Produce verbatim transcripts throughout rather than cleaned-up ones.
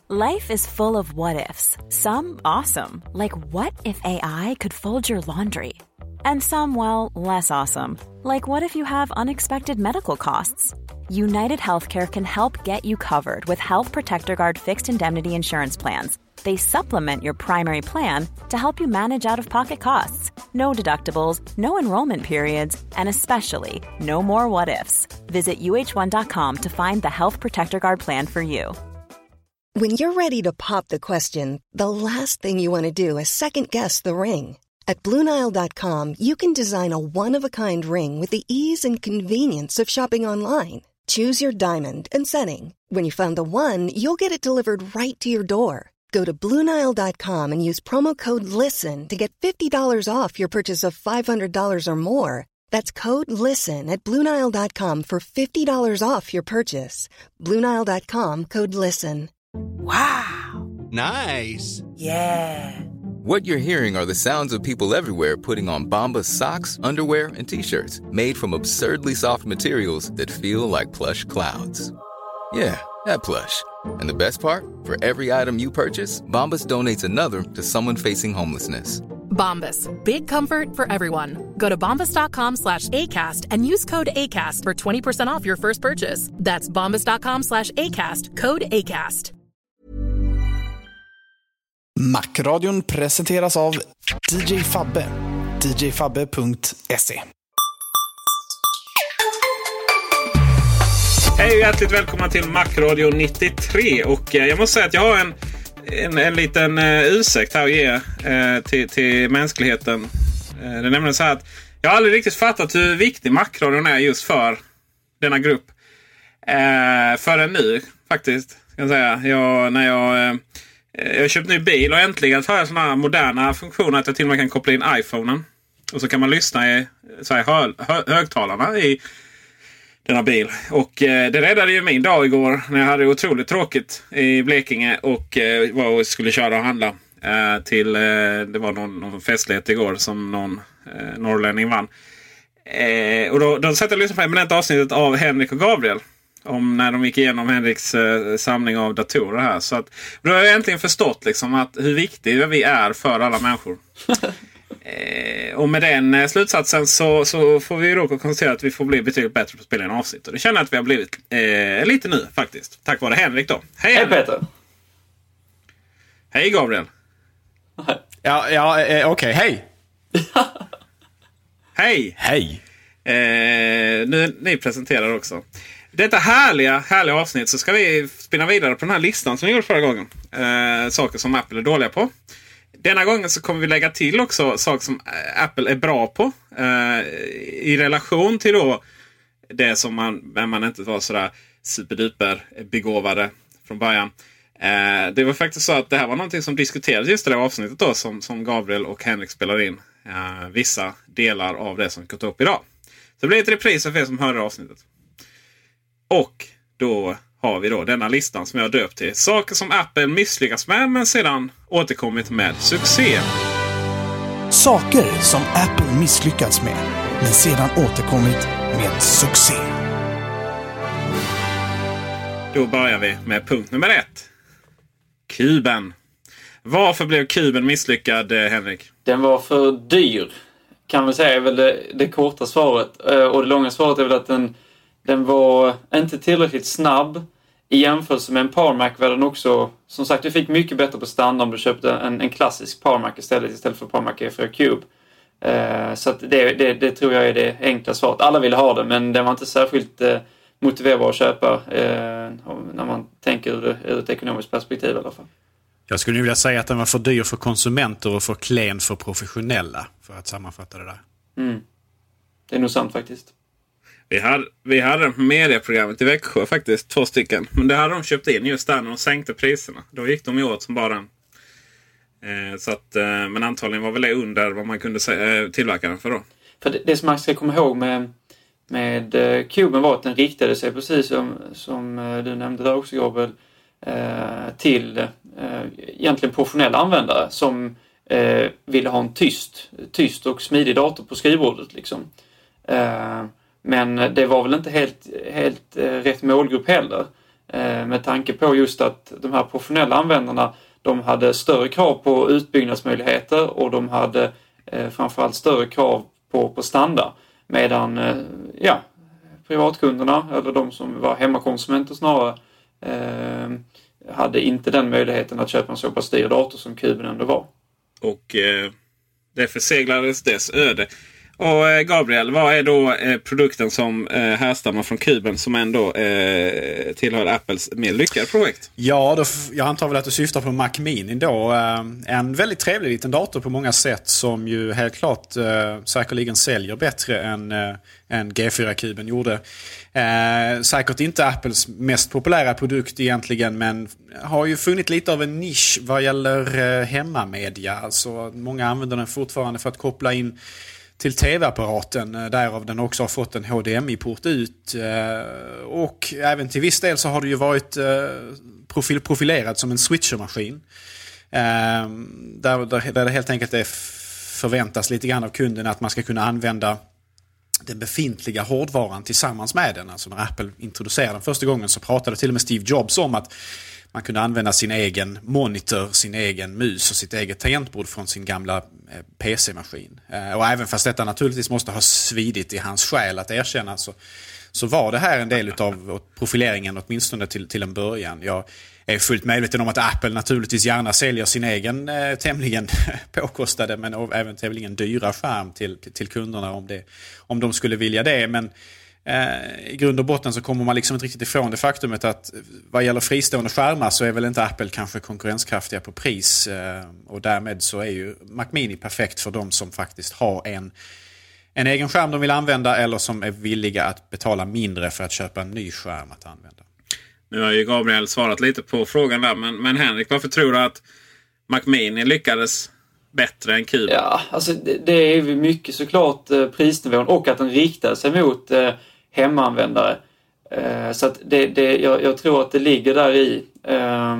Life is full of what-ifs. Some awesome, like what if A I could fold your laundry? And some, well, less awesome, like what if you have unexpected medical costs? United Healthcare can help get you covered with Health Protector Guard fixed indemnity insurance plans. They supplement your primary plan to help you manage out-of-pocket costs. No deductibles, no enrollment periods, and especially no more what-ifs. Visit U H one dot com to find the Health Protector Guard plan for you. When you're ready to pop the question, the last thing you want to do is second-guess the ring. At Blue Nile dot com, you can design a one-of-a-kind ring with the ease and convenience of shopping online. Choose your diamond and setting. When you find the one, you'll get it delivered right to your door. Go to Blue Nile dot com and use promo code LISTEN to get fifty dollars off your purchase of five hundred dollars or more. That's code LISTEN at Blue Nile dot com for fifty dollars off your purchase. Blue Nile dot com, code LISTEN. Wow! Nice! Yeah! What you're hearing are the sounds of people everywhere putting on Bombas socks, underwear, and T-shirts made from absurdly soft materials that feel like plush clouds. Yeah, that plush. And the best part? For every item you purchase, Bombas donates another to someone facing homelessness. Bombas. Big comfort for everyone. Go to bombas dot com slash ACAST and use code ACAST for twenty percent off your first purchase. That's bombas dot com slash ACAST. Code ACAST. Macradion presenteras av D J Fabbe. D J Fabbe punkt se. Hej och hjärtligt välkomna till Macradio nittiotre. Och eh, jag måste säga att jag har en, en, en liten eh, ursäkt här att ge eh, till, till mänskligheten. Eh, det är nämligen så här att jag har aldrig riktigt fattat hur viktig Macradion är just för denna grupp. Eh, förrän nu faktiskt, kan jag säga. Jag, när jag, eh, jag har köpt ny bil och äntligen har jag sådana här moderna funktioner att jag till och med kan koppla in iPhonen. Och så kan man lyssna i så här, hö, hö, högtalarna i denna bil. Och eh, det räddade ju min dag igår när jag hade otroligt tråkigt i Blekinge och eh, var och skulle köra och handla eh, till, eh, det var någon, någon festlighet igår som någon eh, norrlänning vann. Eh, och då, då satt jag och lyssnade på eminenta avsnittet av Henrik och Gabriel om när de gick igenom Henriks eh, samling av datorer här. Så att, då har jag äntligen förstått liksom att hur viktiga vi är för alla människor. Eh, och med den eh, slutsatsen så, så får vi då konstatera att vi får bli betydligt bättre på att spela en avsnitt. Och det känner jag att vi har blivit eh, lite nu faktiskt. Tack vare Henrik då. Hej, Hej Peter. Hej Gabriel. Ja, ja eh, okej. Okay. Hej. Hej. Hej. Eh, nu ni presenterar också. Detta härliga, härliga avsnitt så ska vi spinna vidare på den här listan som vi gjorde förra gången. Eh, saker som Apple är dåliga på. Denna gången så kommer vi lägga till också saker som Apple är bra på. Eh, I relation till då det som man, när man inte var sådär superduper begåvade från början. Eh, det var faktiskt så att det här var någonting som diskuterades just i det avsnittet då. Som, som Gabriel och Henrik spelar in. Eh, vissa delar av det som vi går upp idag. Så det blir ett repris för er som hörde avsnittet. Och då har vi då denna listan som jag har döpt till. Saker som Apple misslyckas med men sedan återkommit med succé. Saker som Apple misslyckats med men sedan återkommit med succé. Då börjar vi med punkt nummer ett. Kuben. Varför blev kuben misslyckad, Henrik? Den var för dyr, kan man säga är väl det, det korta svaret. Och det långa svaret är väl att den, den var inte tillräckligt snabb. I jämförelse med en PowerMac var den också, som sagt, du fick mycket bättre på standard om du köpte en, en klassisk PowerMac istället istället för PowerMac E fyra Cube. Uh, så att det, det, det tror jag är det enkla svaret. Alla ville ha det, men den var inte särskilt uh, motiverbar att köpa uh, när man tänker ur, ur ett ekonomiskt perspektiv i alla fall. Jag skulle vilja säga att den var för dyr för konsumenter och för klen för professionella, för att sammanfatta det där. Mm. Det är nog sant faktiskt. Vi hade, vi hade medieprogrammet i Växjö faktiskt, två stycken. Men det hade de köpt in just där när de sänkte priserna. Då gick de ju åt som bara en. Eh, så att, eh, men antagligen var väl det under vad man kunde säga, eh, tillverka den för då. För det, det som man ska komma ihåg med, med eh, kuben var att den riktade sig precis som, som eh, du nämnde där också, Gabriel, eh, till eh, egentligen professionella användare som eh, ville ha en tyst, tyst och smidig dator på skrivbordet liksom. Eh, Men det var väl inte helt, helt rätt målgrupp heller. Eh, med tanke på just att de här professionella användarna, de hade större krav på utbyggnadsmöjligheter och de hade eh, framförallt större krav på, på standard. Medan eh, ja, privatkunderna, eller de som var hemmakonsumenter snarare, eh, hade inte den möjligheten att köpa en så pass dyr dator som kuben ändå var. Och eh, det förseglades dess öde. Och eh, Gabriel, vad är då eh, produkten som eh, härstammar från kuben som ändå eh, tillhör Apples mer lyckade projekt? Ja, då, jag antar väl att du syftar på Mac Mini då. Eh, en väldigt trevlig liten dator på många sätt som ju helt klart eh, säkerligen säljer bättre än, eh, än G fyra-kuben gjorde. Eh, säkert inte Apples mest populära produkt egentligen, men har ju funnit lite av en nisch vad gäller eh, hemmamedia. Alltså många använder den fortfarande för att koppla in till tv-apparaten, därav den också har fått en H D M I-port ut. Och även till viss del så har det ju varit profil, profilerad som en switchermaskin. Där, där, där det helt enkelt är förväntas lite grann av kunden att man ska kunna använda den befintliga hårdvaran tillsammans med den. Alltså när Apple introducerade den första gången så pratade till och med Steve Jobs om att man kunde använda sin egen monitor, sin egen mus och sitt eget tangentbord från sin gamla P C-maskin. Och även fast detta naturligtvis måste ha svidit i hans själ att erkänna så, så var det här en del av profileringen åtminstone till, till en början. Jag är fullt medveten om att Apple naturligtvis gärna säljer sin egen eh, tämligen påkostade men även tämligen dyra skärm till, till, till kunderna om, det, om de skulle vilja det. Men Eh, i grund och botten så kommer man liksom inte riktigt ifrån det faktumet att vad gäller fristående skärmar så är väl inte Apple kanske konkurrenskraftiga på pris eh, och därmed så är ju Mac Mini perfekt för de som faktiskt har en, en egen skärm de vill använda eller som är villiga att betala mindre för att köpa en ny skärm att använda. Nu har ju Gabriel svarat lite på frågan där, men, men Henrik, varför tror du att Mac Mini lyckades bättre än kuben? Ja, alltså det, det är ju mycket såklart eh, prisnivån och att den riktar sig mot eh, hemmaanvändare. Eh, så att det, det, jag, jag tror att det ligger där i. Eh,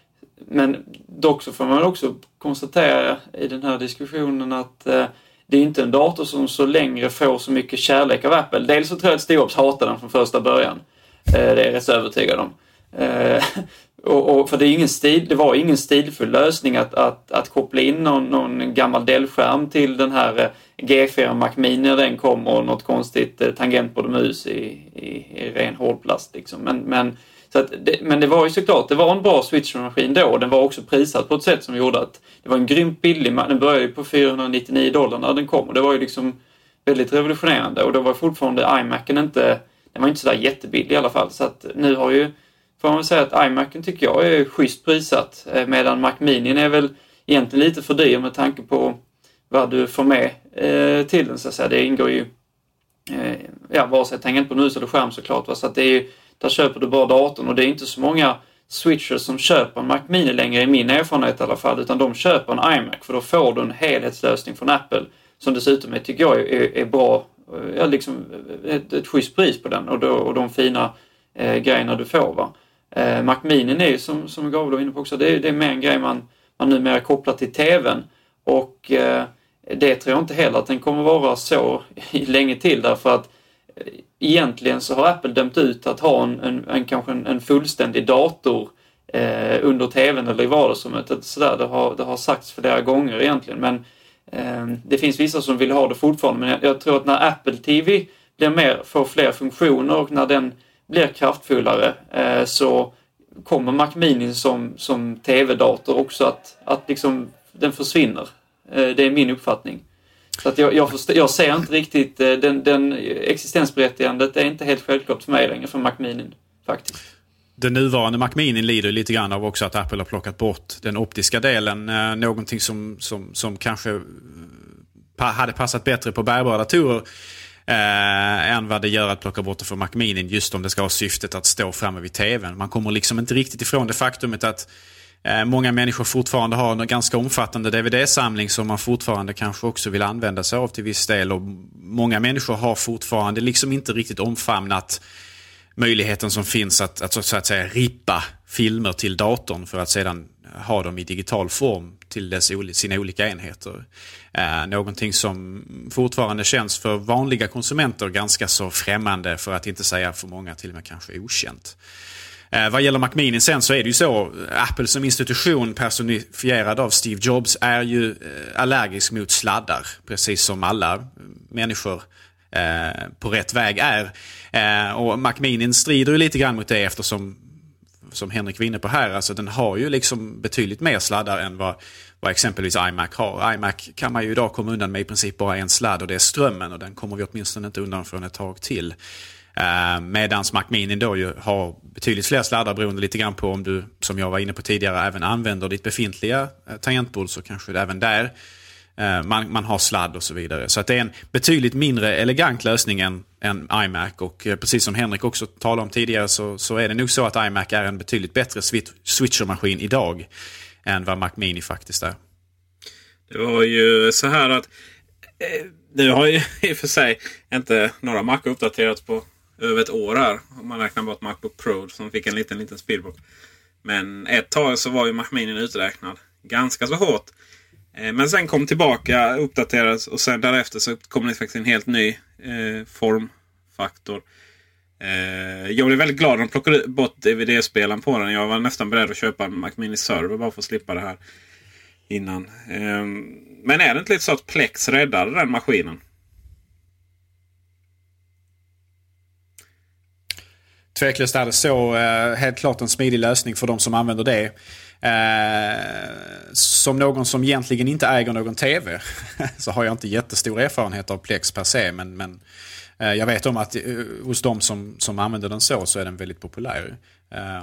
men dock så får man också konstatera i den här diskussionen att eh, det är inte en dator som så längre får så mycket kärlek av Apple. Dels så tror jag att Steve Jobs hatar den från första början. Eh, det är jag rätt övertygad om. Eh, och, och för det, är ingen stil, det var ingen stilfull lösning att, att, att koppla in någon, någon gammal Dell-skärm till den här G fyra Mac Mini när den kom och något konstigt tangentbord och mus i, i, i ren hårdplast. Liksom. Men, men, så att det, men det var ju såklart, det var en bra switchermaskin då och den var också prisad på ett sätt som gjorde att det var en grymt billig, den började ju på fyrahundranittionio dollar när den kom och det var ju liksom väldigt revolutionerande och då var fortfarande iMacen inte, den var inte sådär jättebillig i alla fall så att nu har ju får man väl säga att iMacen tycker jag är schysst prisat medan Mac Mini är väl egentligen lite för dyr med tanke på vad du får med eh, till den så att säga. Det ingår ju eh, ja, vare sig tangent på mus eller skärm såklart. Va? Så att det är ju, där köper du bara datorn och det är inte så många switchers som köper en Mac Mini längre i min erfarenhet i alla fall utan de köper en iMac för då får du en helhetslösning från Apple som dessutom är, tycker jag är, är bra, ja, liksom ett, ett schysst pris på den och, då, och de fina eh, grejerna du får va. Eh, Mac Mini är ju som, som Gabriel var inne på också, det är, det är mer en grej man, man numera kopplar till tvn och eh, det tror jag inte heller att den kommer vara så länge till därför att eh, egentligen så har Apple dömt ut att ha en, en, en kanske en, en fullständig dator eh, under tvn eller i vardagsrummet. Sådär, det, har, det har sagts flera gånger egentligen men eh, det finns vissa som vill ha det fortfarande men jag, jag tror att när Apple T V blir mer, får fler funktioner och när den blir kraftfullare eh, så kommer Mac Mini som, som tv-dator också att, att liksom, den försvinner. Eh, det är min uppfattning. Så att jag, jag, förstår, jag ser inte riktigt, eh, den, den existensberättigandet är inte helt självklart för mig längre för Mac Mini faktiskt. Den nuvarande Mac Mini lider lite grann av också att Apple har plockat bort den optiska delen. Eh, någonting som, som, som kanske pa- hade passat bättre på bärbara datorer. Eh, än vad det gör att plocka bort det för Mac Mini just om det ska ha syftet att stå framme vid tvn. Man kommer liksom inte riktigt ifrån det faktumet att eh, många människor fortfarande har en ganska omfattande D V D-samling som man fortfarande kanske också vill använda sig av till viss del och många människor har fortfarande liksom inte riktigt omfamnat möjligheten som finns att, att så att säga rippa filmer till datorn för att sedan ha dem i digital form till dess, sina olika enheter. Eh, någonting som fortfarande känns för vanliga konsumenter ganska så främmande för att inte säga för många till och med kanske okänt. Eh, vad gäller Mac Mini sen så är det ju så, Apple som institution personifierad av Steve Jobs är ju eh, allergisk mot sladdar, precis som alla människor eh, på rätt väg är. Eh, och Mac Mini strider ju lite grann mot det eftersom, som Henrik var inne på här, alltså den har ju liksom betydligt mer sladdar än vad, vad exempelvis iMac har. iMac kan man ju idag komma undan med i princip bara en sladd, och det är strömmen, och den kommer vi åtminstone inte undan från ett tag till. Uh, medans Mac Mini då ju har betydligt fler sladdar, beroende lite grann på om du, som jag var inne på tidigare, även använder ditt befintliga uh, tangentbord, så kanske det även där uh, man, man har sladd och så vidare. Så att det är en betydligt mindre elegant lösning än, än iMac, och uh, precis som Henrik också talade om tidigare så, så är det nog så att iMac är en betydligt bättre switch- switchermaskin idag än vad Mac Mini faktiskt är. Det var ju så här att eh, nu har ju i och för sig inte några Mac uppdaterats på över ett år här. Om man räknar bort MacBook Pro som fick en liten, liten speedbook. Men ett tag så var ju Mac Mini uträknad ganska så hårt. Eh, men sen kom tillbaka, uppdaterades, och sen därefter så kom det faktiskt en helt ny eh, formfaktor. Eh, jag blev väldigt glad när de plockade bort D V D-spelaren på den. Jag var nästan beredd att köpa en Mac Mini server bara för att slippa det här innan. Eh, men är det inte lite så att Plex räddade den maskinen? Tveklöst är det så, eh, helt klart en smidig lösning för de som använder det. Eh, som någon som egentligen inte äger någon tv så har jag inte jättestor erfarenhet av Plex per se, men, men eh, jag vet om att eh, hos de som, som använder den så, så är den väldigt populär. Eh.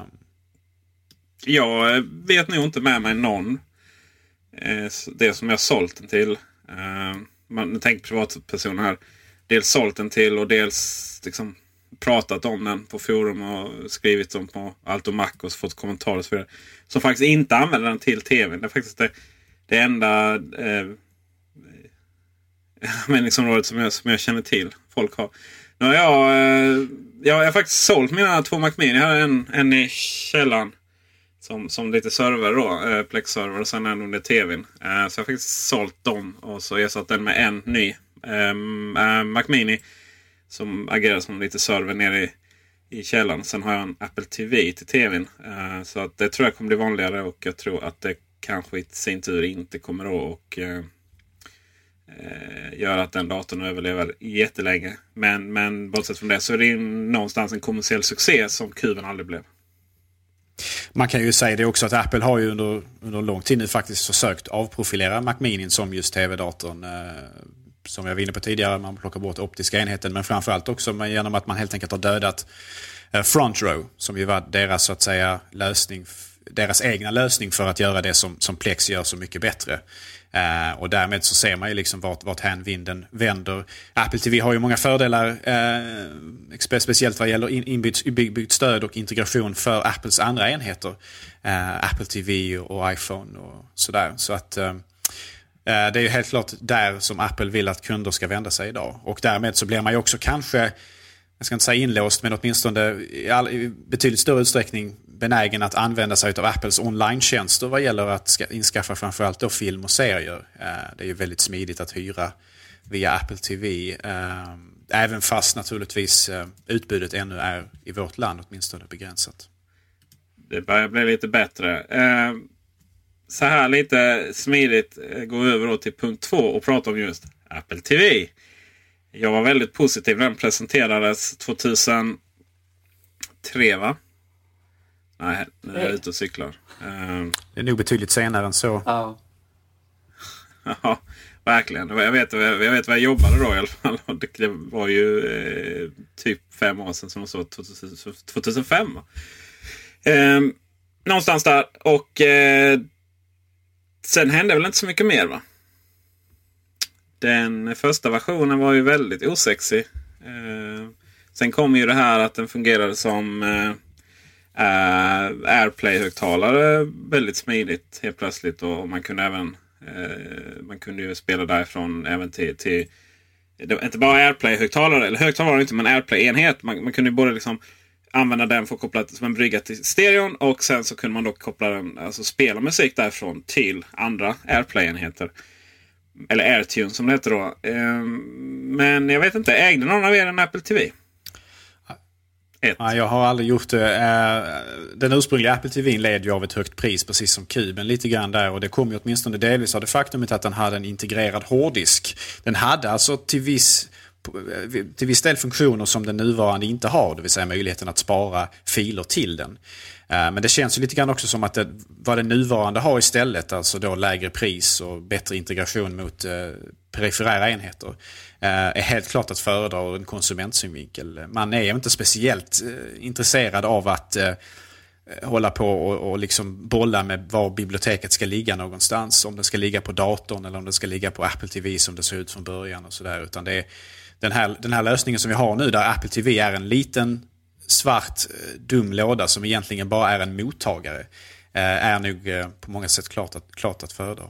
Jag vet nog inte med mig någon eh, det som jag har sålt den till. Eh, man tänker privatpersoner här. Dels sålt den till och dels liksom pratat om den på forum och skrivit om på Allt och Mac och fått kommentarer och så vidare. Som faktiskt inte använder den till tvn. Det är faktiskt det, det enda eh, användningsområdet som jag, som jag känner till. Folk har. Nu har jag, eh, jag har faktiskt sålt mina två Mac Mini. Jag har en, en i källaren som, som lite server då. Eh, Plex-server, och sen en under tvn. Eh, så jag har faktiskt sålt dem och så ersatt den med en ny eh, eh, Mac Mini som agerar som lite server nere i, i källaren. Sen har jag en Apple T V till tvn. Uh, så att det tror jag kommer bli vanligare, och jag tror att det kanske i sin tur inte kommer att och, uh, uh, göra att den datorn överlever jättelänge. Men, men bortsett från det så är det någonstans en kommersiell succé som kuben aldrig blev. Man kan ju säga det också att Apple har ju under, under lång tid nu faktiskt försökt avprofilera Mac Mini som just tv-datorn. Uh, Som jag var inne på tidigare, man plockar bort optiska enheten, men framförallt också genom att man helt enkelt har dödat Front Row, som ju var deras så att säga lösning, deras egna lösning för att göra det som, som Plex gör så mycket bättre. Uh, och därmed så ser man ju liksom vart, vart handvinden vänder. Apple T V har ju många fördelar, uh, speciellt vad gäller in, inbyggt, inbyggt stöd och integration för Apples andra enheter. Uh, Apple T V och iPhone och sådär. Så att uh, det är ju helt klart där som Apple vill att kunder ska vända sig idag. Och därmed så blir man ju också kanske, jag ska inte säga inlåst, men åtminstone i, all, i betydligt större utsträckning benägen att använda sig av Apples online-tjänster vad gäller att ska, inskaffa framförallt då film och serier. Det är ju väldigt smidigt att hyra via Apple T V. Även fast naturligtvis utbudet ännu är i vårt land åtminstone begränsat. Det börjar bli lite bättre. Så här lite smidigt gå över då till punkt två och prata om just Apple T V. Jag var väldigt positiv när den presenterades tjugohundratre, va? Nej, nu är jag ute och cyklar. Det är nog betydligt senare än så. Ja. Ja, verkligen. Jag vet, jag vet vad jag jobbade då i alla fall. Det var ju eh, typ fem år sedan, som så tjugohundrafem. Eh, någonstans där. Och eh, sen hände väl inte så mycket mer, va? Den första versionen var ju väldigt osexig. Eh, sen kom ju det här att den fungerade som eh, AirPlay-högtalare väldigt smidigt helt plötsligt. Och man kunde även eh, man kunde ju spela därifrån även till, till det var inte bara AirPlay-högtalare, eller högtalare inte, men AirPlay-enhet. Man, man kunde ju både liksom använda den för att koppla som en brygga till stereon, och sen så kunde man då koppla den, alltså spela musik därifrån till andra AirPlay-enheter. Eller AirTune som det heter då. Ehm, men jag vet inte, ägde någon av er en Apple T V? ett. Ja, jag har aldrig gjort det. Den ursprungliga Apple T V led ju av ett högt pris, precis som kuben lite grann där. Och det kom ju åtminstone delvis av det faktumet att den hade en integrerad hårddisk. Den hade alltså till viss, till viss del funktioner som den nuvarande inte har. Det vill säga möjligheten att spara filer till den. Men det känns ju lite grann också som att det, vad den nuvarande har istället, alltså då lägre pris och bättre integration mot eh, periferära enheter, eh, är helt klart att föredra ur en konsumentsynvinkel. Man är ju inte speciellt eh, intresserad av att eh, hålla på och, och liksom bolla med var biblioteket ska ligga någonstans. Om det ska ligga på datorn eller om det ska ligga på Apple T V som det ser ut från början och sådär. Utan det är den här, den här lösningen som vi har nu där Apple T V är en liten svart dum låda som egentligen bara är en mottagare, är nog på många sätt klart att, klart att föredra.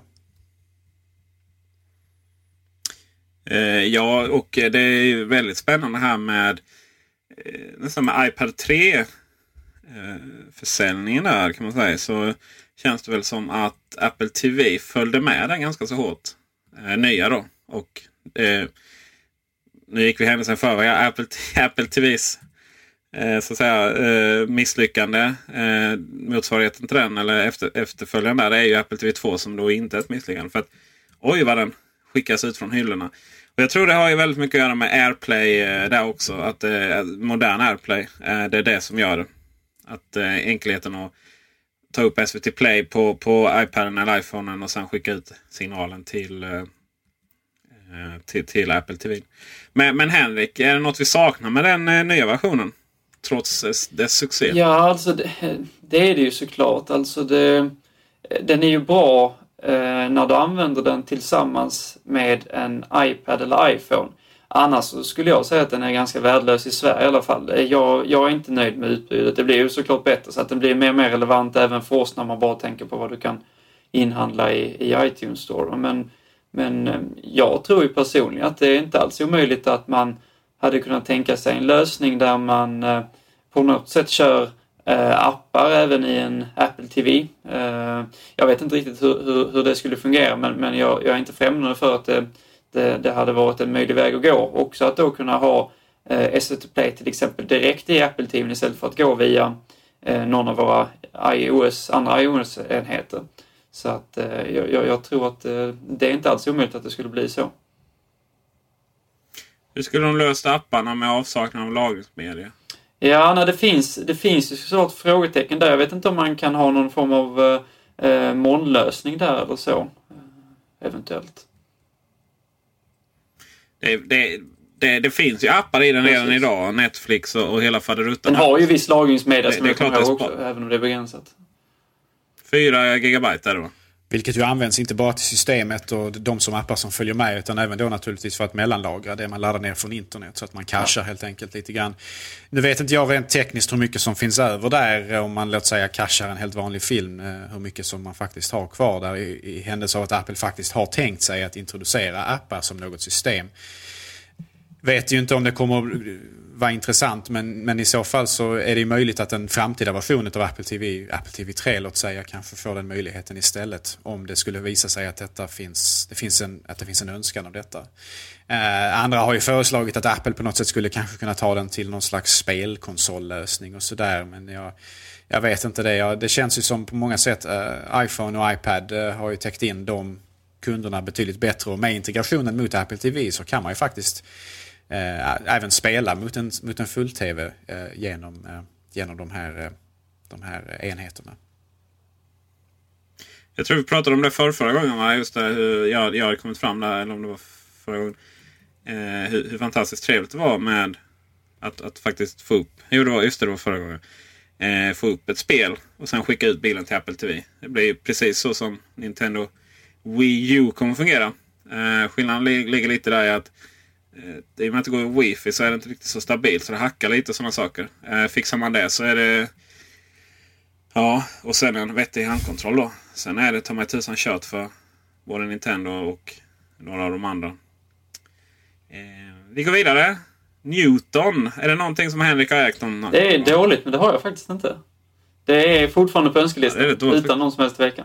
Ja, och det är väldigt spännande här med nästan med iPad tre försäljningen där, kan man säga, så känns det väl som att Apple T V följde med den ganska så hårt. Nya då. Och eh, nu gick vi händelsen för Apple, Apple T Vs Eh, så att säga eh, misslyckande eh, motsvarigheten till den eller efter, efterföljande där, det är ju Apple T V två som då inte är ett misslyckande, för att oj vad den skickas ut från hyllorna. Och jag tror det har ju väldigt mycket att göra med AirPlay eh, där också, att eh, modern AirPlay eh, det är det som gör det, att eh, enkelheten att ta upp S V T Play på, på iPaden eller iPhonen och sen skicka ut signalen till eh, till, till Apple T V. Men, men Henrik, är det något vi saknar med den eh, nya versionen? Trots dess succé. Ja, alltså det, det är det ju såklart. Alltså det, den är ju bra eh, när du använder den tillsammans med en iPad eller iPhone. Annars så skulle jag säga att den är ganska värdelös i Sverige i alla fall. Jag, jag är inte nöjd med utbudet. Det blir ju såklart bättre så att den blir mer och mer relevant även för oss när man bara tänker på vad du kan inhandla i, i iTunes Store. Men, men jag tror ju personligen att det är inte alls omöjligt att man hade kunnat tänka sig en lösning där man eh, på något sätt kör eh, appar även i en Apple T V. Eh, jag vet inte riktigt hur, hur, hur det skulle fungera, men, men jag, jag är inte främmande för att det, det, det hade varit en möjlig väg att gå. Också att då kunna ha eh, S V T Play till exempel direkt i Apple T V istället för att gå via eh, någon av våra iOS, andra iOS-enheter. Så att eh, jag, jag tror att eh, det är inte alls omöjligt att det skulle bli så. Hur skulle de lösa apparna med avsaknad av lagringsmedia? Ja, nej, det finns det finns ju såklart frågetecken där. Jag vet inte om man kan ha någon form av eh, molnlösning där eller så. Eh, eventuellt. Det, det, det, det finns ju appar i den redan Precis. idag. Netflix och, och hela faderuttan. Den har ju viss lagringsmedia det, som det jag kommer ihåg också, även om det är begränsat. fyra gigabyte där då. Vilket ju används inte bara till systemet och de som appar som följer med, utan även då naturligtvis för att mellanlagra det man laddar ner från internet, så att man cachar ja. helt enkelt lite grann. Nu vet inte jag rent tekniskt hur mycket som finns över där, om man låt säga cachar en helt vanlig film, hur mycket som man faktiskt har kvar där i, i händelse av att Apple faktiskt har tänkt sig att introducera appar som något system. Vet ju inte om det kommer vara intressant, men, men i så fall så är det ju möjligt att en framtida version av Apple T V, Apple T V tre låt säga, kanske får den möjligheten istället, om det skulle visa sig att, detta finns, det, finns en, att det finns en önskan av detta. Eh, andra har ju föreslagit att Apple på något sätt skulle kanske kunna ta den till någon slags spelkonsollösning och sådär, men jag, jag vet inte det. Jag, det känns ju som på många sätt eh, iPhone och iPad eh, har ju täckt in de kunderna betydligt bättre, och med integrationen mot Apple T V så kan man ju faktiskt Eh, även spela mot en, mot en full-tv eh, genom, eh, genom de här, eh, de här enheterna. Jag tror vi pratade om det för förra gången, va? Just det, hur jag, jag hade kommit fram där, eller om det var förra gången, eh, hur, hur fantastiskt trevligt det var med att, att faktiskt få upp, jo det var, just det, det var förra gången, eh, få upp ett spel och sen skicka ut bilen till Apple T V. Det blir precis så som Nintendo Wii U kommer fungera. Eh, skillnaden ligger lite där i att i och med att det går i wifi så är det inte riktigt så stabilt, så det hackar lite och sådana saker. Eh, fixar man det så är det, ja, och sen en vettig handkontroll då. Sen är det ta mig tusan kört för både Nintendo och några av de andra. Eh, vi går vidare. Newton, är det någonting som Henrik har ägt om? Det är dåligt, men det har jag faktiskt inte. Det är fortfarande på önskelistan, ja, utan någon som helst tvekan.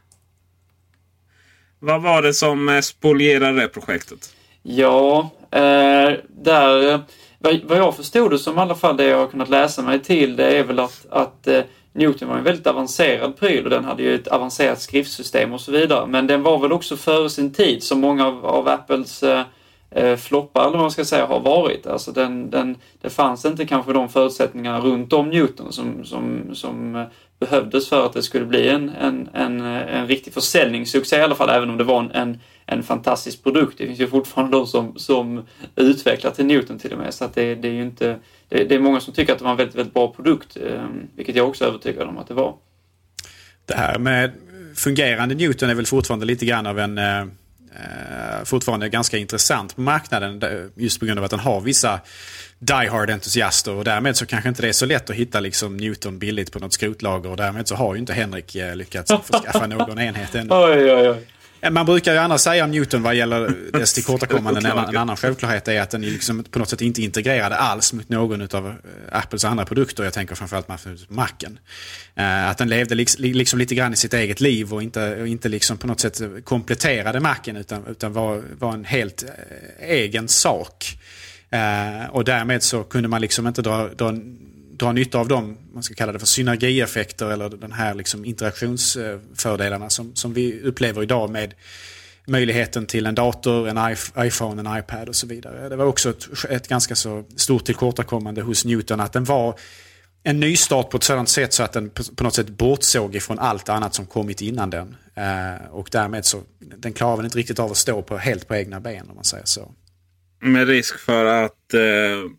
Vad var det som spolierade det projektet? Ja, eh, där vad, vad jag förstod det som i alla fall det jag har kunnat läsa mig till, det är väl att, att eh, Newton var en väldigt avancerad pryl och den hade ju ett avancerat skriftsystem och så vidare. Men den var väl också före sin tid som många av, av Apples eh, eh, floppar, eller vad man ska säga, har varit. Alltså den, den, det fanns inte kanske de förutsättningarna runt om Newton som, som, som behövdes för att det skulle bli en, en, en, en riktig försäljningssuccé i alla fall, även om det var en, en, en fantastisk produkt. Det finns ju fortfarande de som, som utvecklar till Newton till och med, så att det, det är ju inte, det, det är många som tycker att det var en väldigt, väldigt bra produkt, eh, vilket jag också är övertygad om att det var. Det här med fungerande Newton är väl fortfarande lite grann av en eh, fortfarande ganska intressant på marknaden, just på grund av att den har vissa die-hard-entusiaster, och därmed så kanske inte det är så lätt att hitta liksom Newton billigt på något skrotlager, och därmed så har ju inte Henrik lyckats förskaffa någon enhet ännu. Oj, oj, oj. Man brukar ju annars säga om Newton vad gäller dess tillkortakommanden, en, en annan självklarhet är att den är liksom på något sätt inte integrerade alls mot någon av Apples andra produkter. Jag tänker framförallt på Macen. Att den levde liksom lite grann i sitt eget liv och inte, och inte liksom på något sätt kompletterade Macen, utan, utan var, var en helt egen sak. Och därmed så kunde man liksom inte dra, dra dra nytta av dem, man ska kalla det för synergieffekter, eller den här liksom interaktionsfördelarna som, som vi upplever idag med möjligheten till en dator, en iPhone, en iPad och så vidare. Det var också ett, ett ganska så stort tillkortakommande hos Newton, att den var en nystart på ett sådant sätt så att den på, på något sätt bortsåg ifrån allt annat som kommit innan den. Eh, och därmed så, den klarar väl inte riktigt av att stå på, helt på egna ben, om man säger så. Med risk för att eh,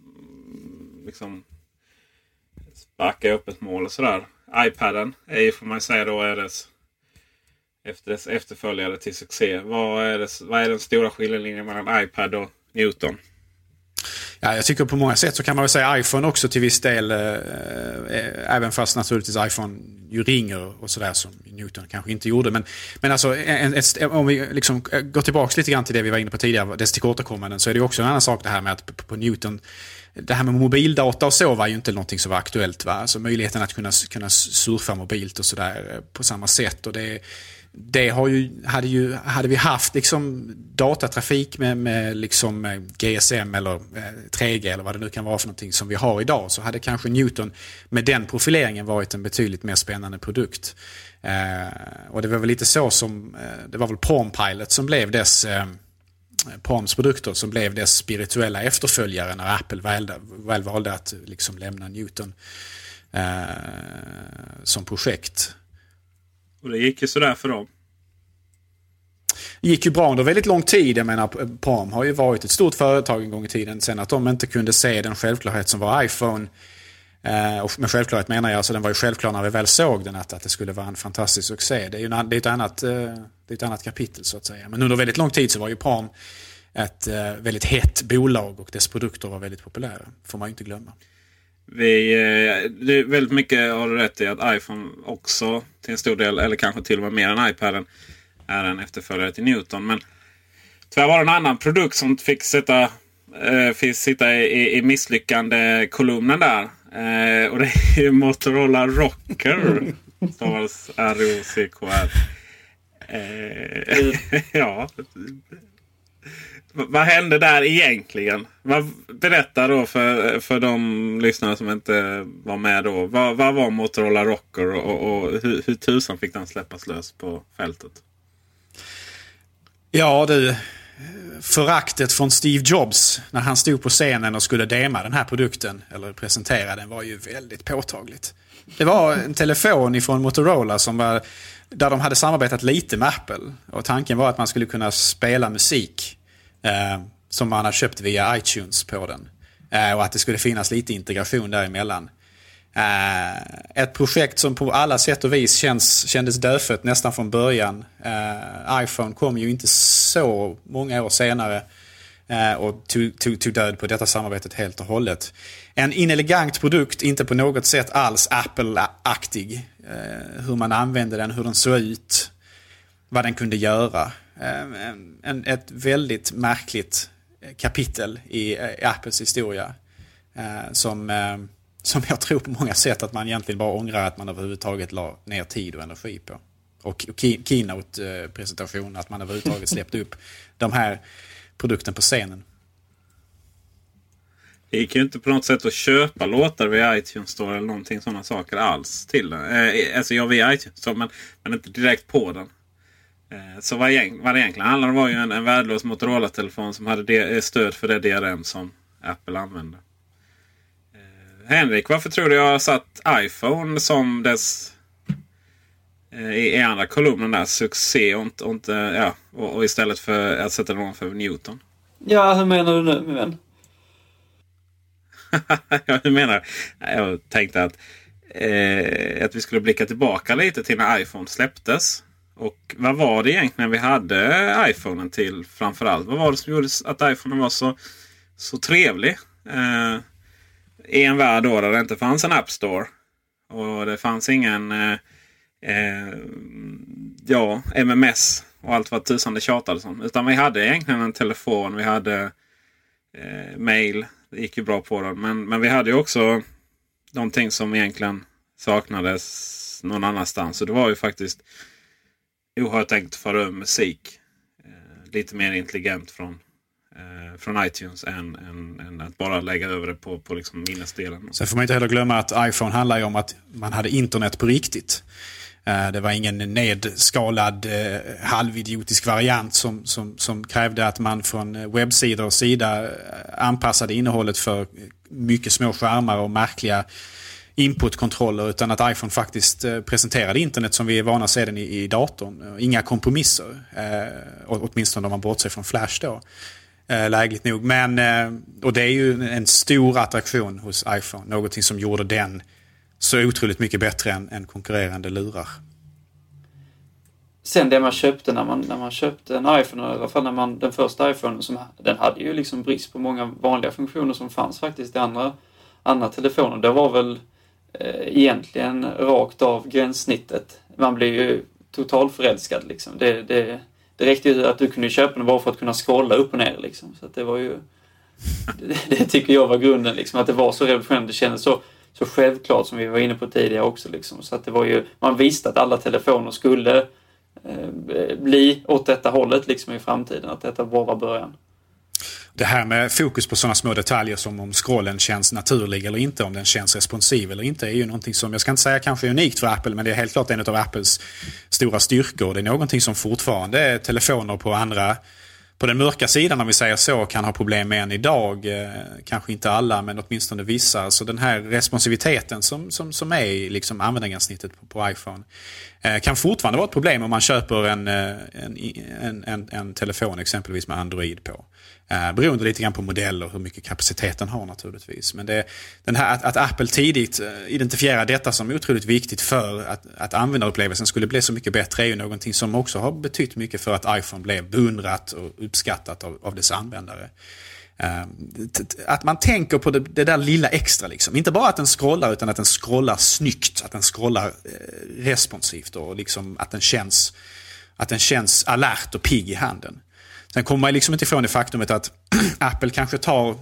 liksom backa upp ett mål och sådär. iPaden är ju, får man säga då, är dess, efter dess efterföljare till succé. Vad är, dess, vad är den stora skiljelinjen mellan iPad och Newton? Ja, jag tycker på många sätt så kan man väl säga iPhone också till viss del, eh, även fast naturligtvis iPhone ju ringer och sådär som Newton kanske inte gjorde. Men, men alltså, en, en, om vi liksom går tillbaka lite grann till det vi var inne på tidigare, dess tillkortakommanden, så är det också en annan sak det här med att på, på Newton, det här med mobildata och så var ju inte någonting som var aktuellt, va? Alltså möjligheten att kunna, kunna surfa mobilt och sådär på samma sätt, och det Det har ju, hade, ju, hade vi haft liksom datatrafik med, med liksom G S M eller tre G eller vad det nu kan vara för någonting som vi har idag, så hade kanske Newton med den profileringen varit en betydligt mer spännande produkt. Eh, och det var väl lite så som, eh, det var väl Palm Pilot som blev dess, eh, Palms produkter som blev dess spirituella efterföljare när Apple väl, väl valde att liksom lämna Newton eh, som projekt. Och det gick ju sådär för dem. Det gick ju bra under väldigt lång tid. Jag menar, Palm har ju varit ett stort företag en gång i tiden. Sen att de inte kunde se den självklarhet som var iPhone. Eh, och med självklarhet menar jag, alltså den var ju självklar när vi väl såg den, att, att det skulle vara en fantastisk succé. Det är ju en, det är ett, annat, eh, det är ett annat kapitel så att säga. Men under väldigt lång tid så var ju Palm ett eh, väldigt hett bolag, och dess produkter var väldigt populära. Får man ju inte glömma. Vi, det är väldigt mycket har du rätt i att iPhone också till en stor del, eller kanske till och med mer än iPaden, är en efterföljare till Newton. Men tyvärr var det en annan produkt som fick sitta, äh, fick sitta i, i misslyckande kolumnen där. Äh, och det är Motorola Rocker. Stavas R O C K R. Äh, ja. Vad hände där egentligen? Berätta då för, för de lyssnare som inte var med då. Vad, vad var Motorola Rocker och, och hur, hur tusan fick den släppas lös på fältet? Ja, du, föraktet från Steve Jobs när han stod på scenen och skulle dema den här produkten eller presentera den var ju väldigt påtagligt. Det var en telefon ifrån Motorola som var, där de hade samarbetat lite med Apple, och tanken var att man skulle kunna spela musik Eh, som man har köpt via iTunes på den, eh, och att det skulle finnas lite integration däremellan. Eh, ett projekt som på alla sätt och vis känns, kändes dödfött nästan från början. Eh, iPhone kom ju inte så många år senare eh, och tog, tog, tog död på detta samarbetet helt och hållet. En inelegant produkt, inte på något sätt alls Apple-aktig. Eh, hur man använde den, hur den såg ut, vad den kunde göra. En, en, ett väldigt märkligt kapitel i, i Apples historia eh, som, eh, som jag tror på många sätt att man egentligen bara ångrar att man överhuvudtaget la ner tid och energi på. Och, och key, keynote-presentation, att man överhuvudtaget släppte upp de här produkten på scenen. Det gick ju inte på något sätt att köpa låtar via iTunes Store eller någonting sådana saker alls till den. Eh, alltså jag via iTunes Store, men, men inte direkt på den. Eh, så vad, vad det egentligen handlar om var ju en, en värdelös Motorola-telefon som hade de, stöd för det D R M som Apple använde. Eh, Henrik, varför tror du jag har satt iPhone som dess eh, i, i andra kolumnen där, succé och, och, inte, ja, och, och istället för att sätta någon för Newton? Ja, hur menar du nu, min vän? Jag menar, jag tänkte att, eh, att vi skulle blicka tillbaka lite till när iPhone släpptes. Och vad var det egentligen vi hade iPhonen till framförallt? Vad var det som gjorde att iPhonen var så, så trevlig? Eh, I en värld då där det inte fanns en App Store. Och det fanns ingen eh, eh, ja, M M S och allt vad tusan det tjatade som. Utan vi hade egentligen en telefon, vi hade eh, mail. Det gick ju bra på den. Men, men vi hade ju också någonting som egentligen saknades någon annanstans. Och det var ju faktiskt oerhört enkelt för över musik. Eh, lite mer intelligent från, eh, från iTunes än, än, än att bara lägga över det på, på liksom minnesdelen. Sen får man inte heller glömma att iPhone handlar ju om att man hade internet på riktigt. Det var ingen nedskalad eh, halvidiotisk variant som, som, som krävde att man från webbsidor och sida anpassade innehållet för mycket små skärmar och märkliga inputkontroller, utan att iPhone faktiskt eh, presenterade internet som vi är vana att se den i, i datorn. Inga kompromisser, eh, åtminstone om man bortser från Flash då. Eh, lägligt nog. Men, eh, och det är ju en stor attraktion hos iPhone, någonting som gjorde den så otroligt mycket bättre än, än konkurrerande lurar. Sen det man köpte när man, när man köpte en iPhone, i alla fall när man, den första iPhone, som, den hade ju liksom brist på många vanliga funktioner som fanns faktiskt i andra, andra telefoner. Det var väl eh, egentligen rakt av gränssnittet. Man blev ju totalförälskad liksom. Det, det, det räckte ju att du kunde köpa den bara för att kunna scrolla upp och ner liksom. Så att det var ju, det, det tycker jag var grunden liksom, att det var så revolutionerande. Det kändes så Så självklart som vi var inne på tidigare också. Liksom. Så att det var ju, man visste att alla telefoner skulle eh, bli åt detta hållet liksom, i framtiden. Att detta bara var början. Det här med fokus på sådana små detaljer som om scrollen känns naturlig eller inte, om den känns responsiv eller inte, är ju någonting som, jag ska inte säga kanske är unikt för Apple, men det är helt klart en av Apples stora styrkor. Det är någonting som fortfarande telefoner på andra, på den mörka sidan om vi säger så, kan ha problem med än idag. Eh, kanske inte alla, men åtminstone vissa. Så den här responsiviteten som, som, som är i liksom användargränssnittet på, på iPhone eh, kan fortfarande vara ett problem om man köper en, en, en, en, en telefon exempelvis med Android på. Eh, beroende lite grann på modell och hur mycket kapaciteten har naturligtvis. Men det, den här, att, att Apple tidigt identifierar detta som otroligt viktigt för att, att användarupplevelsen skulle bli så mycket bättre är ju någonting som också har betytt mycket för att iPhone blev beundrat och uppskattat av, av dess användare. Uh, att man tänker på det, det där lilla extra liksom. Inte bara att den scrollar, utan att den scrollar snyggt, att den scrollar eh, responsivt och liksom att den känns att den känns alert och pigg i handen. Sen kommer man liksom inte ifrån det faktumet att Apple kanske tar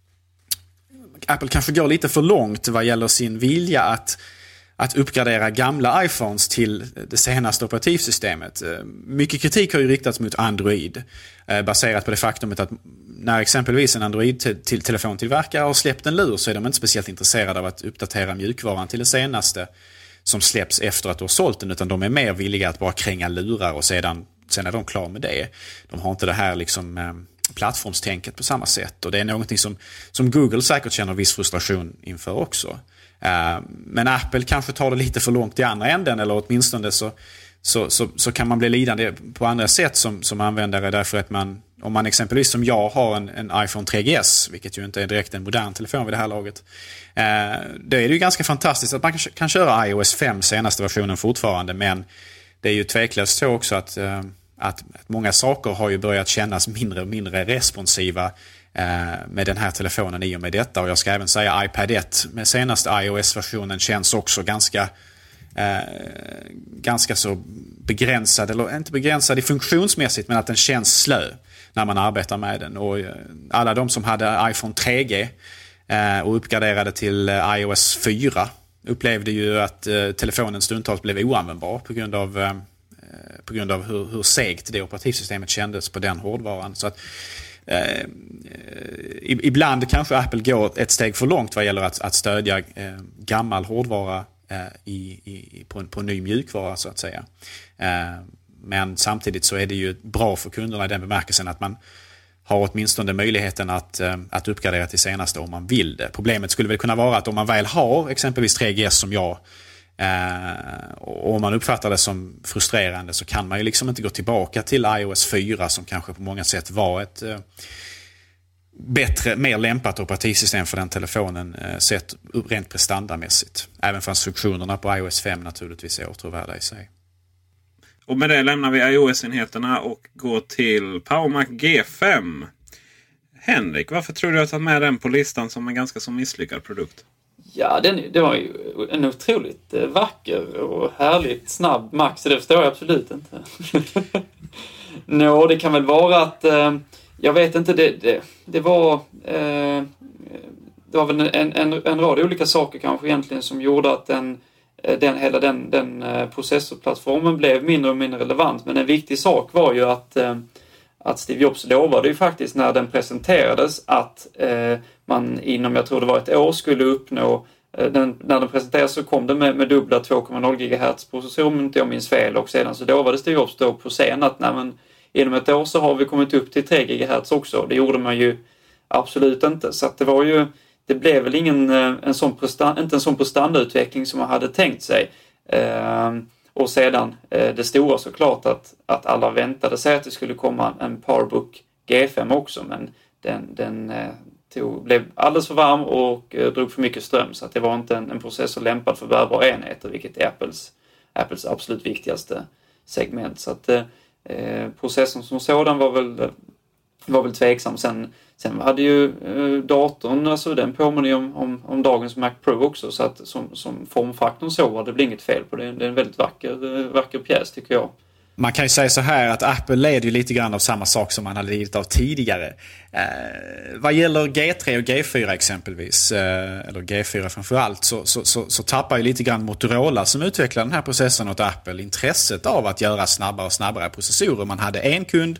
Apple kanske går lite för långt vad gäller sin vilja att att uppgradera gamla iPhones till det senaste operativsystemet. Mycket kritik har ju riktats mot Android baserat på det faktumet att när exempelvis en Android-telefontillverkare har släppt en lur så är de inte speciellt intresserade av att uppdatera mjukvaran till det senaste som släpps efter att du har sålt den, utan de är mer villiga att bara kränga lurar och sedan, sen är de klar med det. De har inte det här liksom plattformstänket på samma sätt, och det är någonting som, som Google säkert känner viss frustration inför också. Uh, men Apple kanske tar det lite för långt i andra änden, eller åtminstone så, så, så, så kan man bli lidande på andra sätt som, som användare, därför att man, om man exempelvis som jag har en, en iPhone tre G S, vilket ju inte är direkt en modern telefon vid det här laget, uh, då är det ju ganska fantastiskt att man kan, kan köra i O S fem senaste versionen fortfarande, men det är ju tveklöst så också att, uh, att, att många saker har ju börjat kännas mindre och mindre responsiva med den här telefonen i och med detta. Och jag ska även säga iPad ett med senaste iOS-versionen känns också ganska eh, ganska så begränsad, eller inte begränsad i funktionsmässigt, men att den känns slö när man arbetar med den. Och eh, alla de som hade iPhone tre G eh, och uppgraderade till eh, iOS fyra upplevde ju att eh, telefonen stundtals blev oanvändbar på grund av eh, på grund av hur, hur segt det operativsystemet kändes på den hårdvaran. Så att eh, ibland kanske Apple går ett steg för långt vad gäller att, att stödja eh, gammal hårdvara eh, i, i, på, på ny mjukvara så att säga. Eh, men samtidigt så är det ju bra för kunderna i den bemärkelsen att man har åtminstone möjligheten att, att uppgradera till senaste om man vill det. Problemet skulle väl kunna vara att om man väl har exempelvis tre G S som jag eh, och om man uppfattar det som frustrerande så kan man ju liksom inte gå tillbaka till iOS fyra som kanske på många sätt var ett eh, bättre, mer lämpat operativsystem för den telefonen eh, sett rent prestandamässigt. Även fast funktionerna på iOS fem naturligtvis är åtråvärda i sig. Och med det lämnar vi iOS-enheterna och går till PowerMac G fem. Henrik, varför tror du att du har med den på listan som en ganska så misslyckad produkt? Ja, den, det var ju en otroligt vacker och härligt snabb Mac, så det förstår jag absolut inte. Nå, det kan väl vara att, eh, jag vet inte, det, det, det var... Eh, det var väl en, en, en rad olika saker kanske egentligen som gjorde att den... Den, hela den, den processorplattformen blev mindre och mindre relevant. Men en viktig sak var ju att, att Steve Jobs lovade ju faktiskt när den presenterades att eh, man inom, jag tror det var ett år, skulle uppnå, eh, den, när den presenterades så kom den med, med dubbla två komma noll gigahertz processor om inte jag minns fel, och sedan så lovade Steve Jobs då på scen att nej, men, inom ett år så har vi kommit upp till tre gigahertz också. Det gjorde man ju absolut inte, så att det var ju det blev väl ingen en sån prestan- inte en sån prestandautveckling som man hade tänkt sig. Eh, och sedan eh, det stora såklart att, att alla väntade sig att det skulle komma en PowerBook G fem också, men den, den eh, tog, blev alldeles för varm och eh, drog för mycket ström, så att det var inte en, en processor lämpad för bärbara enheter, vilket är Apples, Apples absolut viktigaste segment. Så att eh, processorn som sådan var väl var väl tveksam. Sen, sen hade ju eh, datorn, alltså den påminner om, om, om dagens Mac Pro också, så att som, som formfaktorn så var det blir inget fel på det. Det är en väldigt vacker, vacker pjäs tycker jag. Man kan ju säga så här att Apple leder ju lite grann av samma sak som man hade lidit av tidigare. Eh, vad gäller G tre och G fyra exempelvis, eh, eller G fyra framförallt, så, så, så, så tappar ju lite grann Motorola som utvecklar den här processorn åt Apple intresset av att göra snabbare och snabbare processorer. Man hade en kund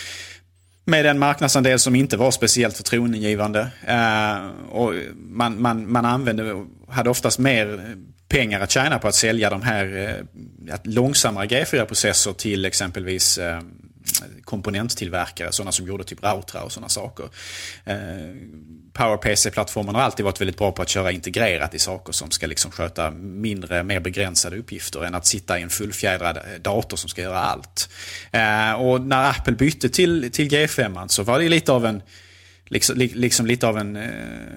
med en marknadsandel som inte var speciellt förtroendegivande. Eh, och man, man, man använde, hade oftast mer pengar att tjäna på att sälja de här eh, långsammare G fyra-processor till exempelvis eh, komponenttillverkare, sådana som gjorde typ routrar och sådana saker. Eh, PowerPC-plattformen har alltid varit väldigt bra på att köra integrerat i saker som ska liksom sköta mindre, mer begränsade uppgifter än att sitta i en fullfjädrad dator som ska göra allt. Eh, och när Apple bytte till, till G fem så var det lite av en liksom, liksom lite av en eh,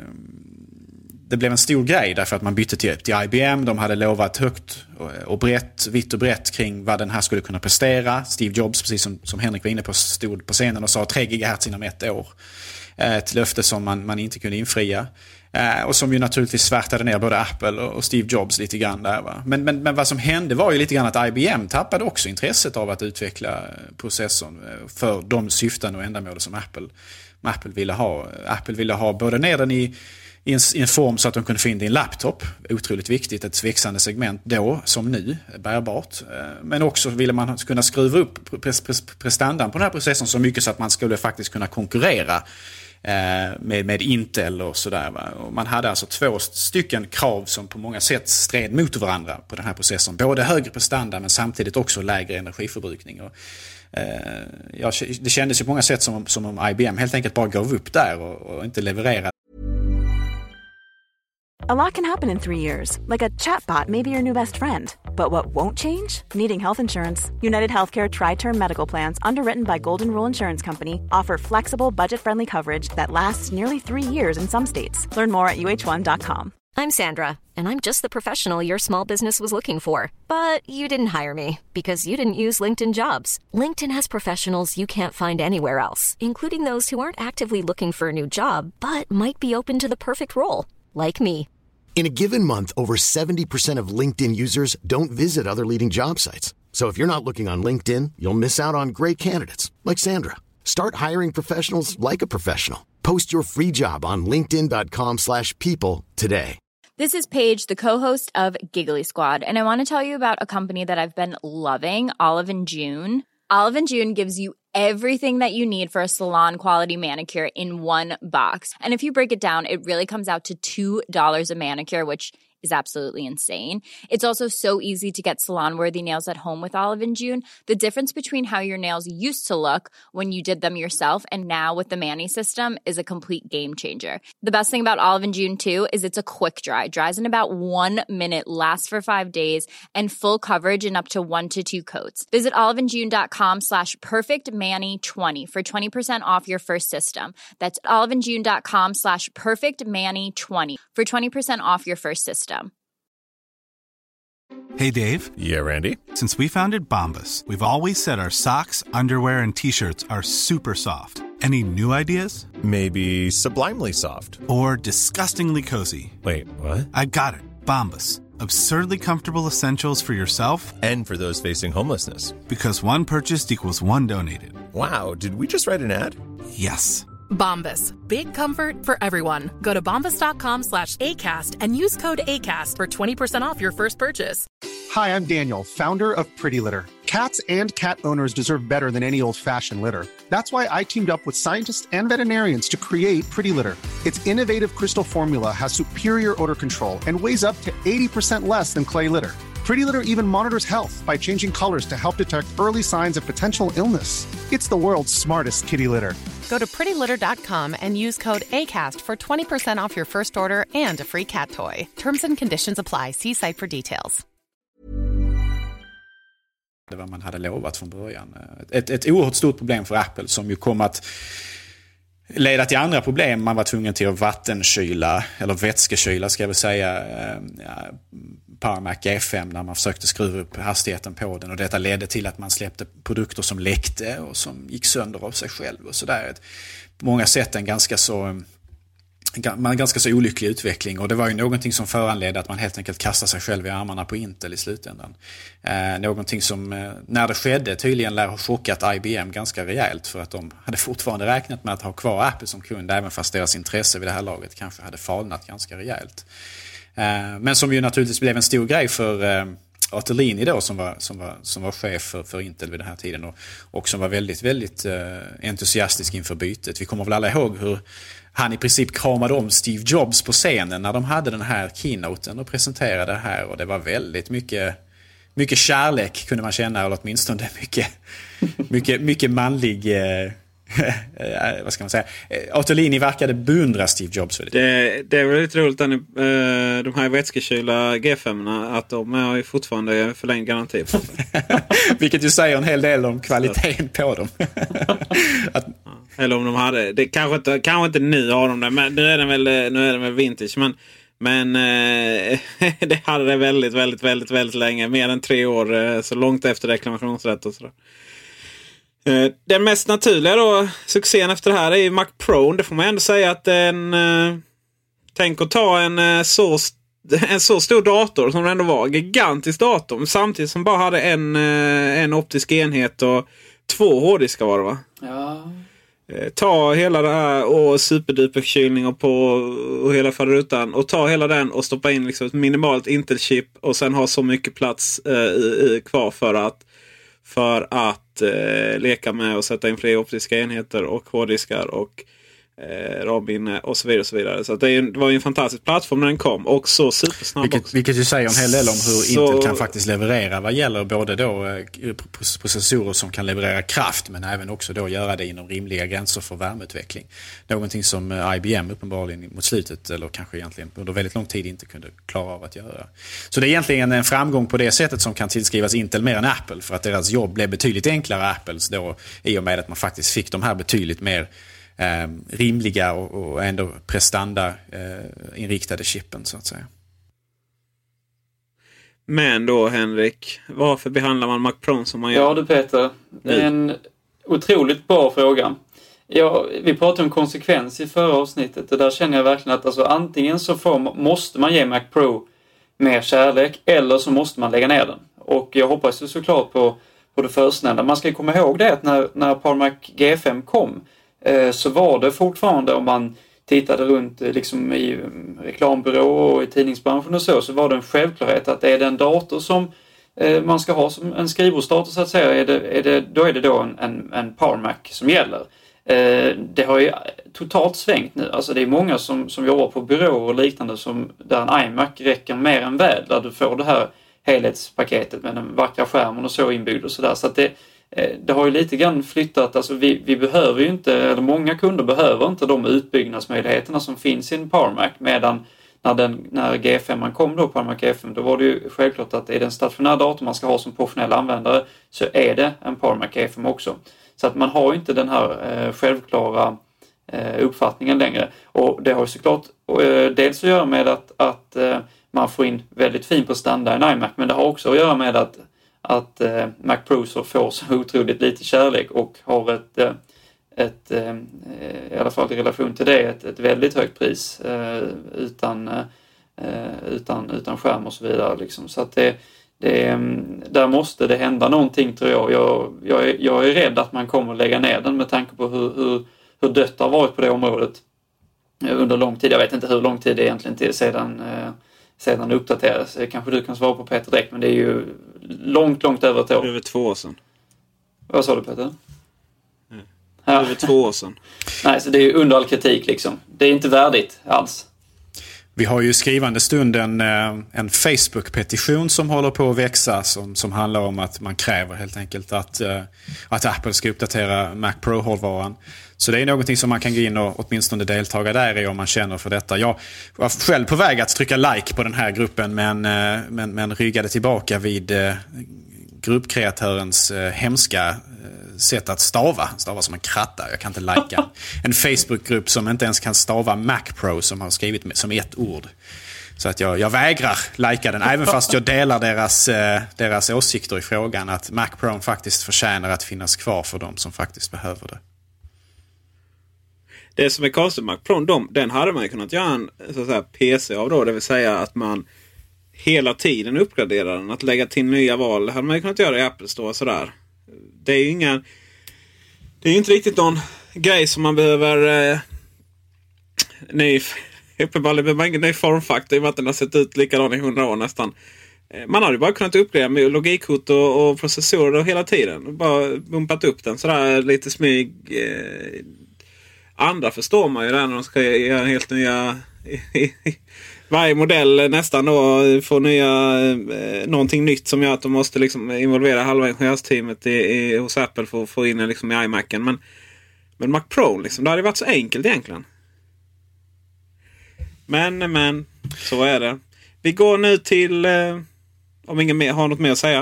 det blev en stor grej därför att man bytte till, till I B M. De hade lovat högt och brett, vitt och brett kring vad den här skulle kunna prestera. Steve Jobs, precis som, som Henrik var inne på, stod på scenen och sa tre gigahertz inom ett år. Ett löfte som man, man inte kunde infria. Eh, och som ju naturligtvis svärtade ner både Apple och, och Steve Jobs lite grann där. Va? Men, men, men vad som hände var ju lite grann att I B M tappade också intresset av att utveckla processorn för de syften och ändamål som Apple, Apple ville ha. Apple ville ha både ner den i I en, i en form så att de kunde få in det i en laptop. Otroligt viktigt, ett växande segment då som nu, bärbart. Men också ville man kunna skruva upp pre- pre- prestandan på den här processorn så mycket så att man skulle faktiskt kunna konkurrera eh, med, med Intel och sådär. Va? Och man hade alltså två stycken krav som på många sätt stred mot varandra på den här processorn. Både högre prestanda men samtidigt också lägre energiförbrukning. Och, eh, ja, det kändes ju på många sätt som, som om I B M helt enkelt bara gav upp där och, och inte levererade. A lot can happen in three years, like a chatbot may be your new best friend. But what won't change? Needing health insurance. United Healthcare Tri-Term Medical Plans, underwritten by Golden Rule Insurance Company, offer flexible, budget-friendly coverage that lasts nearly three years in some states. Learn more at U H one dot com. I'm Sandra, and I'm just the professional your small business was looking for. But you didn't hire me, because you didn't use LinkedIn Jobs. LinkedIn has professionals you can't find anywhere else, including those who aren't actively looking for a new job, but might be open to the perfect role, like me. In a given month, over seventy percent of LinkedIn users don't visit other leading job sites. So if you're not looking on LinkedIn, you'll miss out on great candidates like Sandra. Start hiring professionals like a professional. Post your free job on linkedin dot com slash people today. This is Paige, the co-host of Giggly Squad, and I want to tell you about a company that I've been loving, Olive and June. Olive and June gives you everything that you need for a salon quality manicure in one box. And if you break it down, it really comes out to two dollars a manicure, which is absolutely insane. It's also so easy to get salon-worthy nails at home with Olive and June. The difference between how your nails used to look when you did them yourself and now with the Mani system is a complete game changer. The best thing about Olive and June too is it's a quick dry. Dries in about one minute, lasts for five days, and full coverage in up to one to two coats. Visit oliveandjune.com slash perfectmani20 for twenty percent off your first system. That's oliveandjune.com slash perfectmani20 for twenty percent off your first system. Hey, Dave. Yeah, Randy. Since we founded Bombas, we've always said our socks, underwear, and T-shirts are super soft. Any new ideas? Maybe sublimely soft. Or disgustingly cozy. Wait, what? I got it. Bombas. Absurdly comfortable essentials for yourself and for those facing homelessness. Because one purchased equals one donated. Wow, did we just write an ad? Yes. Bombas. Big comfort for everyone. Go to bombas.com slash ACAST and use code ACAST for twenty percent off your first purchase. Hi, I'm Daniel, founder of Pretty Litter. Cats and cat owners deserve better than any old-fashioned litter. That's why I teamed up with scientists and veterinarians to create Pretty Litter. Its innovative crystal formula has superior odor control and weighs up to eighty percent less than clay litter. Pretty Litter even monitors health by changing colors to help detect early signs of potential illness. It's the world's smartest kitty litter. Go to pretty litter dot com and use code ACAST for twenty percent off your first order and a free cat toy. Terms and conditions apply. See site for details. Det var man hade lovat från början. Ett, ett oerhört stort problem för Apple som ju kom att leda till andra problem. Man var tvungen till att vattenkyla, eller vätskekyla ska jag väl säga, ja, Power Mac G fem när man försökte skruva upp hastigheten på den. Och detta ledde till att man släppte produkter som läckte och som gick sönder av sig själv. Och så där. På många sätt en ganska så... Man ganska så olycklig utveckling, och det var ju någonting som föranledde att man helt enkelt kastade sig själv i armarna på Intel i slutändan. Eh, någonting som eh, när det skedde tydligen lär ha chockat I B M ganska rejält, för att de hade fortfarande räknat med att ha kvar Apple som kund, även fast deras intresse vid det här laget kanske hade falnat ganska rejält. Eh, men som ju naturligtvis blev en stor grej för eh, Ottolini då, som var, som var, som var chef för, för Intel vid den här tiden, och, och som var väldigt, väldigt eh, entusiastisk inför bytet. Vi kommer väl alla ihåg hur han i princip kramade om Steve Jobs på scenen när de hade den här keynoten och presenterade det här, och det var väldigt mycket, mycket kärlek kunde man känna, eller åtminstone mycket, mycket, mycket manlig... Eh, vad ska man säga? Ottolini verkade beundra Steve Jobs för det. Det, det är väldigt roligt att de här vätskekyla G fem-erna, att de har ju fortfarande förlängd garanti på sig. Vilket ju säger en hel del om kvaliteten på dem. att... Eller om de hade, det kanske inte, kanske inte nu har de det, men nu är den väl, nu är den väl vintage, men men eh, det hade det väldigt, väldigt, väldigt, väldigt länge, mer än tre år, eh, så långt efter reklamationsrätt och sådär. Eh, den mest naturliga då, succén efter det här är ju Mac Pro. Det får man ändå säga att en, eh, tänk att ta en eh, så en så stor dator som det ändå var, gigantisk dator, samtidigt som bara hade en, eh, en optisk enhet och två hårddiskar var det, va? Ja. Ta hela det här och superduper kylning och på och hela faderutan, och ta hela den och stoppa in liksom ett minimalt Intel-chip, och sen ha så mycket plats eh, i, kvar för att för att eh, leka med och sätta in fler optiska enheter och hårddiskar och eh, RAM-minne och så vidare och så vidare. Så att det, det var ju en fantastisk plattform när den kom, och så supersnabb vilket, också. Vilket ju säger en hel del om hur så... Intel kan faktiskt leverera vad gäller både då eh, processorer som kan leverera kraft, men även också då göra det inom rimliga gränser för värmeutveckling. Någonting som eh, I B M uppenbarligen mot slutet, eller kanske egentligen under väldigt lång tid, inte kunde klara av att göra. Så det är egentligen en framgång på det sättet som kan tillskrivas Intel mer än Apple, för att deras jobb blev betydligt enklare Apples då, i och med att man faktiskt fick de här betydligt mer Eh, rimliga och, och ändå prestanda eh, inriktade chippen, så att säga. Men då, Henrik, varför behandlar man Mac Pro som man gör? Ja du Peter, det är en otroligt bra fråga. Ja, vi pratade om konsekvens i förra avsnittet, och där känner jag verkligen att alltså, antingen så får, måste man ge Mac Pro mer kärlek, eller så måste man lägga ner den. Och jag hoppas ju såklart på, på det förstnämnda. Man ska komma ihåg det att när, när Power Mac G fem kom, så var det fortfarande, om man tittade runt liksom i reklambyrå och i tidningsbranschen och så, så var det en självklarhet att det är den dator som eh, man ska ha som en skrivbordsdator så att säga, är det, är det, då är det då en, en, en Power Mac som gäller. Eh, det har ju totalt svängt nu. Alltså det är många som, som jobbar på byråer och liknande som, där en iMac räcker mer än väl. Där du får det här helhetspaketet med den vackra skärmen och så inbyggd och sådär. Så att det, eh, det har ju lite grann flyttat. Alltså vi, vi behöver ju inte, eller många kunder behöver inte de utbyggnadsmöjligheterna som finns i en Power Mac. Medan när, den, när G fem kom då, Power Mac G fem, då var det ju självklart att det är den stationära datorn man ska ha som professionell användare, så är det en Power Mac G fem också. Så att man har ju inte den här eh, självklara eh, uppfattningen längre. Och det har ju såklart eh, dels att göra med att, att eh, man får in väldigt fint på standard i iMac. Men det har också att göra med att, att eh, Mac Pro så får så otroligt lite kärlek och har ett, eh, ett eh, i alla fall i relation till det, ett, ett väldigt högt pris eh, utan, eh, utan, utan skärm och så vidare. Liksom. Så att det Det, där måste det hända någonting, tror jag. Jag, jag, är, jag är rädd att man kommer att lägga ner den med tanke på hur, hur, hur dött det har varit på det området under lång tid. Jag vet inte hur lång tid det egentligen till sedan, eh, sedan det uppdaterades. Kanske du kan svara på, Peter, direkt, men det är ju långt, långt över ett år. Över två år sedan. Vad sa du, Peter? Mm. Ja. Över två år sedan. Nej, så det är ju under all kritik liksom. Det är inte värdigt alls. Vi har ju skrivande stund en, en Facebook-petition som håller på att växa som, som handlar om att man kräver helt enkelt att, att Apple ska uppdatera Mac Pro-hårdvaran. Så det är någonting som man kan gå in och åtminstone deltaga där i om man känner för detta. Jag var själv på väg att trycka like på den här gruppen men, men, men ryggade tillbaka vid gruppkreatörens hemska sätt att stava. Stava som en kratta. Jag kan inte lajka. En Facebookgrupp som inte ens kan stava Mac Pro som har skrivit med, som ett ord. Så att jag, jag vägrar lajka den. Även fast jag delar deras, deras åsikter i frågan att Mac Pro faktiskt förtjänar att finnas kvar för de som faktiskt behöver det. Det som är konstigt med Mac Pro, de, den hade man ju kunnat göra en så att säga, P C av då. Det vill säga att man hela tiden uppgraderar den. Att lägga till nya val. Det hade man ju kunnat göra i Apple Store sådär. Det är ju inga, det är ju inte riktigt någon grej som man behöver eh, ny, uppenbarligen behöver man ingen ny formfaktor i och med att den har sett ut likadan i hundra år nästan. Eh, man har ju bara kunnat uppgradera med logikkort och, och processorer hela tiden. Bara bumpat upp den sådär lite smyg. Eh, andra förstår man ju där när de ska göra helt nya... Varje modell nästan då får nya, eh, någonting nytt som gör att de måste liksom involvera halva ingenjörsteamet i, i, hos Apple för att få in den liksom i iMacen. Men, men Mac Pro, liksom, det hade varit så enkelt egentligen. Men, men, så är det. Vi går nu till, eh, om ingen mer har något mer att säga.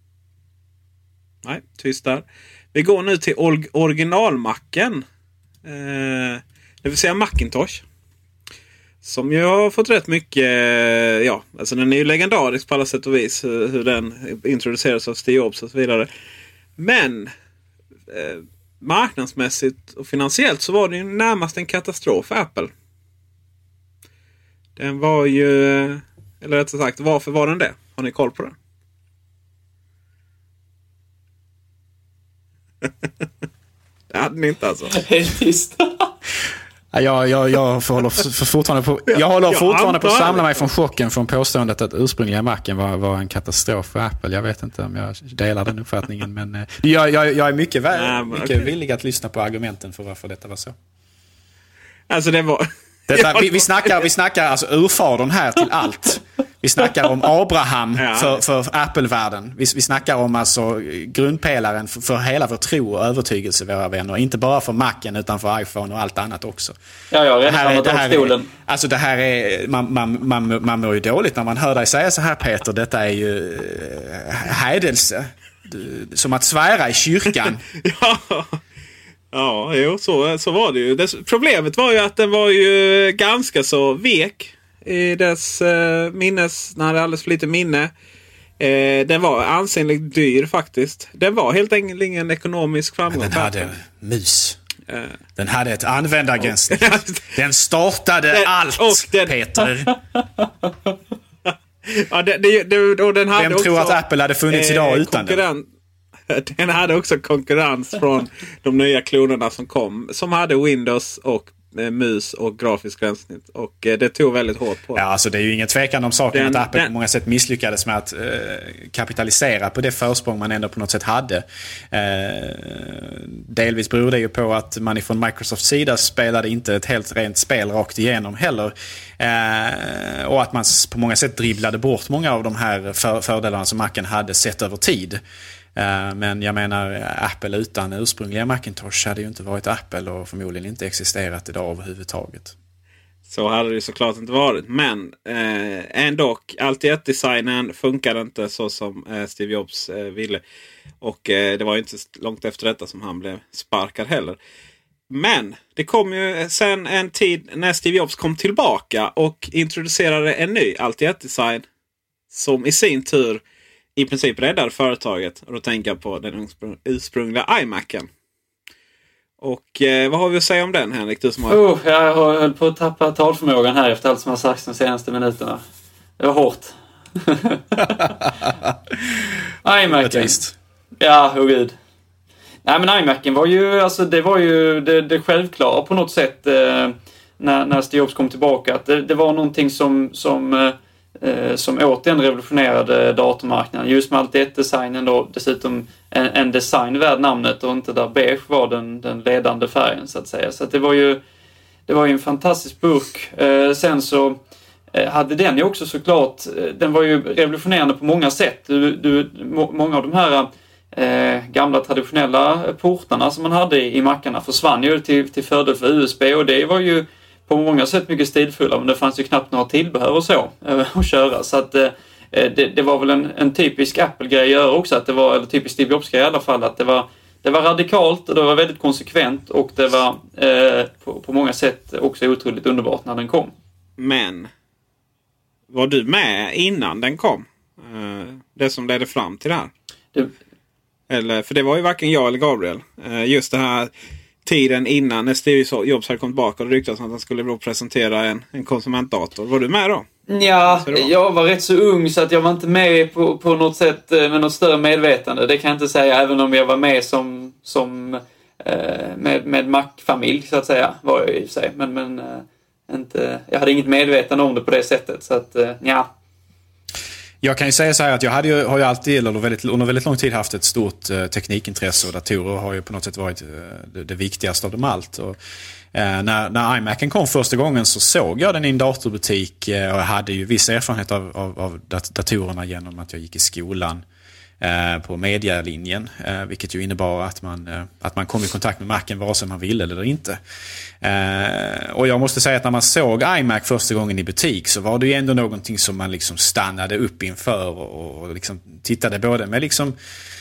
Nej, tyst där. Vi går nu till or- originalmacken. Eh, det vill säga Macintosh. Som ju har fått rätt mycket, ja, alltså den är ju legendarisk på alla sätt och vis, hur, hur den introducerades av Steve Jobs och så vidare. Men eh, marknadsmässigt och finansiellt så var det ju närmast en katastrof för Apple. Den var ju, eller rättare sagt, varför var den det? Har ni koll på det? Det hade ni inte alltså. Helt tyst. Jag, jag, jag håller för fortfarande på, jag håller fortfarande på att samla mig från chocken från påståendet att ursprungliga Macen var, var en katastrof för Apple. Jag vet inte om jag delar den uppfattningen, men jag, jag, jag är mycket, väl, Nej, mycket okay. villig att lyssna på argumenten för varför detta var så. Alltså det var... Detta, vi, vi snackar, vi snackar alltså urfadern här till allt. Vi snackar om Abraham ja. för, för Apple-världen. Vi, vi snackar om alltså grundpelaren för, för hela vår tro och övertygelse, våra vänner. Inte bara för Macen utan för iPhone och allt annat också. Ja, jag har redan tagit stolen. Är, alltså det här är, man, man, man, man mår ju dåligt när man hör dig säga så här, Peter. Detta är ju äh, hädelse. Som att svära i kyrkan. Ja. Ja, jo, så, så var det ju. Dess, problemet var ju att den var ju ganska så vek i dess eh, minnes, när det alldeles för lite minne. Eh, den var ansenligt dyr faktiskt. Den var helt enkelt ingen ekonomisk framgång. Men den hade mus. Eh. Den hade ett användargränssnitt. Den startade den, allt, och den, Peter. Ja, det, det, det, och den hade Vem också, tror att Apple hade funnits eh, idag utan den? Den hade också konkurrens från de nya klonerna som kom. Som hade Windows och eh, mus och grafisk gränssnitt. Och eh, det tog väldigt hårt på. Ja, alltså det är ju ingen tvekan om saken den, att Apple den... på många sätt misslyckades med att eh, kapitalisera på det försprång man ändå på något sätt hade. Eh, delvis beror det ju på att man ifrån Microsofts sida spelade inte ett helt rent spel rakt igenom heller. Eh, och att man på många sätt dribblade bort många av de här för, fördelarna som Macen hade sett över tid. Men jag menar, Apple utan ursprungliga Macintosh hade ju inte varit Apple och förmodligen inte existerat idag överhuvudtaget. Så hade det såklart inte varit. Men eh, ändå, allt i ett-designen funkade inte så som eh, Steve Jobs eh, ville. Och eh, det var ju inte långt efter detta som han blev sparkad heller. Men det kom ju sen en tid när Steve Jobs kom tillbaka och introducerade en ny allt i ett-design som i sin tur i princip räddade företaget. Och då tänker jag på den ursprungliga iMacen. Och eh, vad har vi att säga om den, Henrik? Du som har... oh, jag höll på att tappa talförmågan här efter allt som har sagts de senaste minuterna. Det var hårt. iMacen. Ja, oh gud. Nej, men iMacen var ju, alltså det var ju det, det självklara på något sätt eh, när, när Steve Jobs kom tillbaka. Att det, det var någonting som... som eh, som återigen revolutionerade datormarknaden. Just med allt det designen då, dessutom en, en design värd namnet och inte där beige var den, den ledande färgen så att säga. Så att det var ju det var ju en fantastisk burk. Eh, sen så eh, hade den ju också såklart, eh, den var ju revolutionerande på många sätt. Du, du, må, många av de här eh, gamla traditionella portarna som man hade i, i Macarna försvann ju till, till fördel för U S B och det var ju på många sätt mycket stilfulla, men det fanns ju knappt några tillbehör och så eh, att köra. Så att eh, det, det var väl en, en typisk Apple-grej att göra också, att det var, eller typisk Steve Jobs-grej i alla fall, att det var, det var radikalt och det var väldigt konsekvent och det var eh, på, på många sätt också otroligt underbart när den kom. Men var du med innan den kom? Eh, det som ledde fram till det här? Det... Eller, för det var ju varken jag eller Gabriel. Eh, just det här tiden innan när Steve Jobs hade kommit tillbaka och det ryktades att han skulle då presentera en, en konsumentdator. Var du med då? Ja, jag var rätt så ung så att jag var inte med på, på något sätt med något större medvetande. Det kan jag inte säga, även om jag var med som, som eh, med, med Mac-familj så att säga, var jag i och för sig. Men, men eh, inte, jag hade inget medvetande om det på det sättet, så att eh, ja. Jag kan ju säga så här att jag hade ju, har ju alltid eller väldigt, under väldigt lång tid haft ett stort eh, teknikintresse och datorer har ju på något sätt varit eh, det, det viktigaste av dem allt. Och, eh, när, när iMacen kom första gången så såg jag den i en datorbutik eh, och jag hade ju viss erfarenhet av, av, av datorerna genom att jag gick i skolan eh, på medialinjen, eh, vilket ju innebar att man, eh, att man kom i kontakt med Macen vare sig man ville eller inte. Eh, och jag måste säga att när man såg iMac första gången i butik så var det ju ändå någonting som man liksom stannade upp inför och, och liksom tittade både med liksom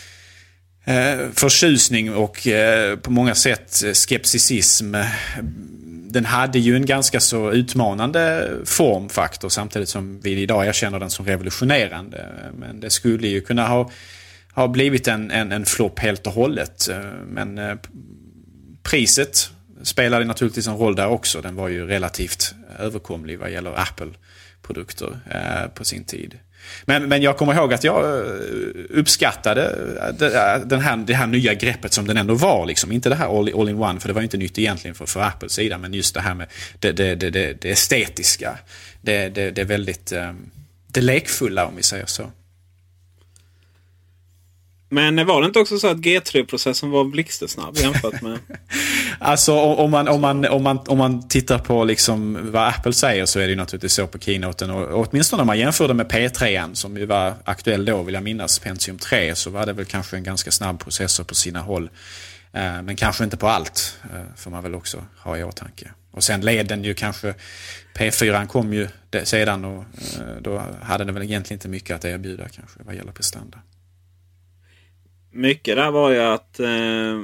eh, förtjusning och eh, på många sätt skepticism. Den hade ju en ganska så utmanande formfaktor samtidigt som vi idag erkänner den som revolutionerande. Men det skulle ju kunna ha, ha blivit en, en, en flopp helt och hållet. Men eh, priset spelade naturligtvis en roll där också. Den var ju relativt överkomlig vad gäller Apple-produkter eh, på sin tid. Men, men jag kommer ihåg att jag uppskattade den här, det här nya greppet som den ändå var. Liksom. Inte det här all, all in one, för det var inte nytt egentligen för, för Apples sida. Men just det här med det, det, det, det, det estetiska. Det, det, det är väldigt eh, det lekfulla, om vi säger så. Men var det inte också så att G tre-processen var blixtsnabb jämfört med... Alltså om man, om, man, om, man, om man tittar på liksom vad Apple säger så är det ju naturligtvis så på keynoten. Och åtminstone om man jämför det med P tre som ju var aktuell då, vill jag minnas, Pentium tre, så var det väl kanske en ganska snabb processor på sina håll. Men kanske inte på allt, får man väl också ha i åtanke. Och sen led den ju kanske, P fyra kom ju sedan och då hade den väl egentligen inte mycket att erbjuda kanske vad gäller prestanda. Mycket där var ju att eh,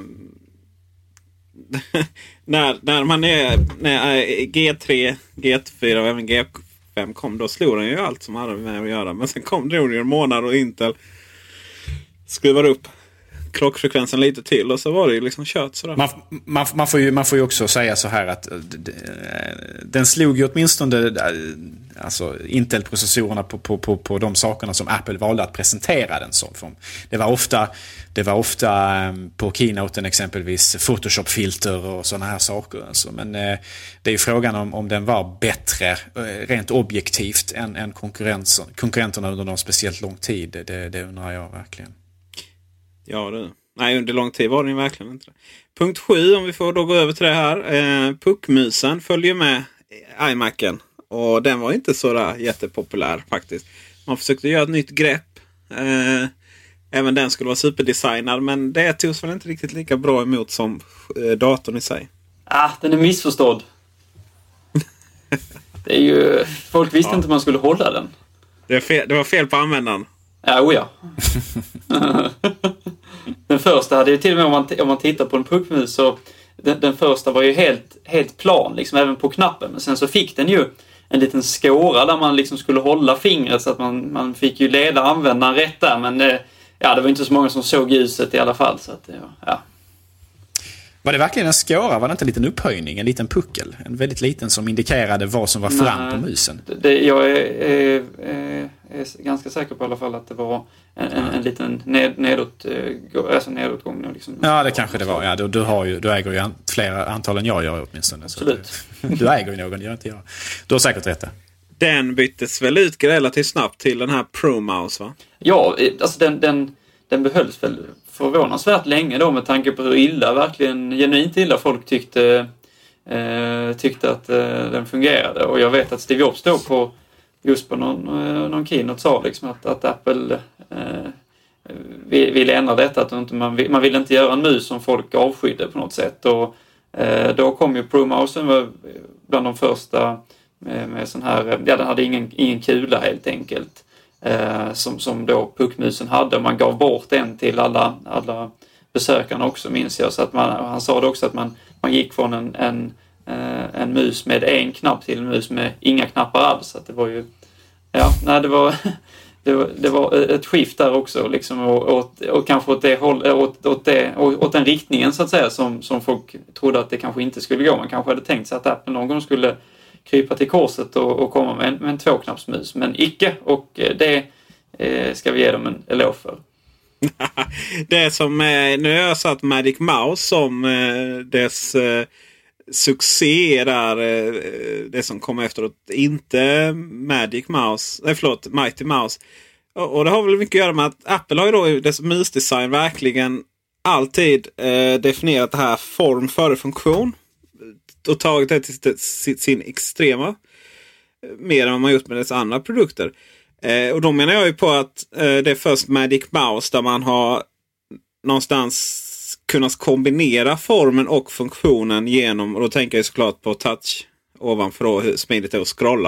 när, när man är när G tre, G fyra och även G fem kom, då slog den ju allt som hade med att göra. Men sen kom det ju en månad och Intel skruvar upp klockfrekvensen lite till och så var det ju liksom kört sådär. Man, man, man, får ju, man får ju också säga så här att den slog ju åtminstone alltså Intel-processorerna på, på, på, på de sakerna som Apple valde att presentera den som. Det var ofta, det var ofta på keynoten exempelvis Photoshop-filter och sådana här saker. Alltså. Men det är ju frågan om, om den var bättre rent objektivt än, än konkurrenterna under någon speciellt lång tid. Det, det undrar jag verkligen. Ja, det. Nej, under lång tid var det verkligen inte det. Punkt sju, om vi får då gå över till det här. Eh, puckmusen följer med iMacen. Och den var inte så där jättepopulär faktiskt. Man försökte göra ett nytt grepp. Eh, även den skulle vara superdesignad. Men det togs väl inte riktigt lika bra emot som eh, datorn i sig. Ah, den är missförstådd. Det är ju... Folk visste ja. inte hur man skulle hålla den. Det, är fel, det var fel på användaren. Ja, oja. Den första hade ju till och med om man, om man tittar på en puckmus så den, den första var ju helt, helt plan liksom även på knappen. Men sen så fick den ju en liten skåra där man liksom skulle hålla fingret så att man, man fick ju leda användaren rätt där. Men eh, ja, det var inte så många som såg ljuset i alla fall. Så att, ja. Var det verkligen en skåra? Var det inte en liten upphöjning? En liten puckel? En väldigt liten som indikerade vad som var fram på musen? Det, jag är, är, är, är ganska säker på i alla fall att det var en, en, en liten ned, nedåt, alltså nedåtgång. Liksom. Ja, det kanske det var. Ja, du, du, har ju, du äger ju flera antal än jag gör åtminstone. Absolut. Så du, du äger ju någon, gör inte jag. Du har säkert rätt. Den byttes väl ut relativt snabbt till den här Pro Mouse, va? Ja, alltså den, den, den behölls väl förvånansvärt länge då med tanke på hur illa, verkligen genuint illa folk tyckte, eh, tyckte att eh, den fungerade. Och jag vet att Steve Jobs då på, just på någon, eh, någon keynote sa liksom att, att Apple eh, ville ändra detta. Att inte, man, man ville inte göra en mus som folk avskydde på något sätt. Och eh, då kom ju Pro Mousen var bland de första med, med sån här, ja den hade ingen, ingen kula helt enkelt. Eh, som, som då puckmusen hade. Man gav bort en till alla, alla besökarna också, minns jag. Så att man, han sa det också att man, man gick från en, en, eh, en mus med en knapp till en mus med inga knappar alls. Så att det var ju, ja, nej, det var, det var, det var ett skift där också. Liksom, och, och, och kanske åt, det håll, åt, åt, det, åt den riktningen så att säga som, som folk trodde att det kanske inte skulle gå. Man kanske hade tänkt sig att Apple någon gång skulle krypa till korset och, och komma med en, med en tvåknappsmus. Men icke, och det eh, ska vi ge dem en eloge för. Det är som, eh, nu har jag satt Magic Mouse som eh, dess eh, succé där, eh, det som kom efteråt. Inte Magic Mouse, nej förlåt, Mighty Mouse. Och, och det har väl mycket att göra med att Apple har ju då i dess musdesign verkligen alltid eh, definierat det här form före funktion. Och tagit det till sin extrema mer än vad man gjort med dess andra produkter. Eh, och då menar jag ju på att eh, det är först Magic Mouse där man har någonstans kunnat kombinera formen och funktionen genom, och då tänker jag såklart på touch ovanför och hur smidigt det är att scrolla.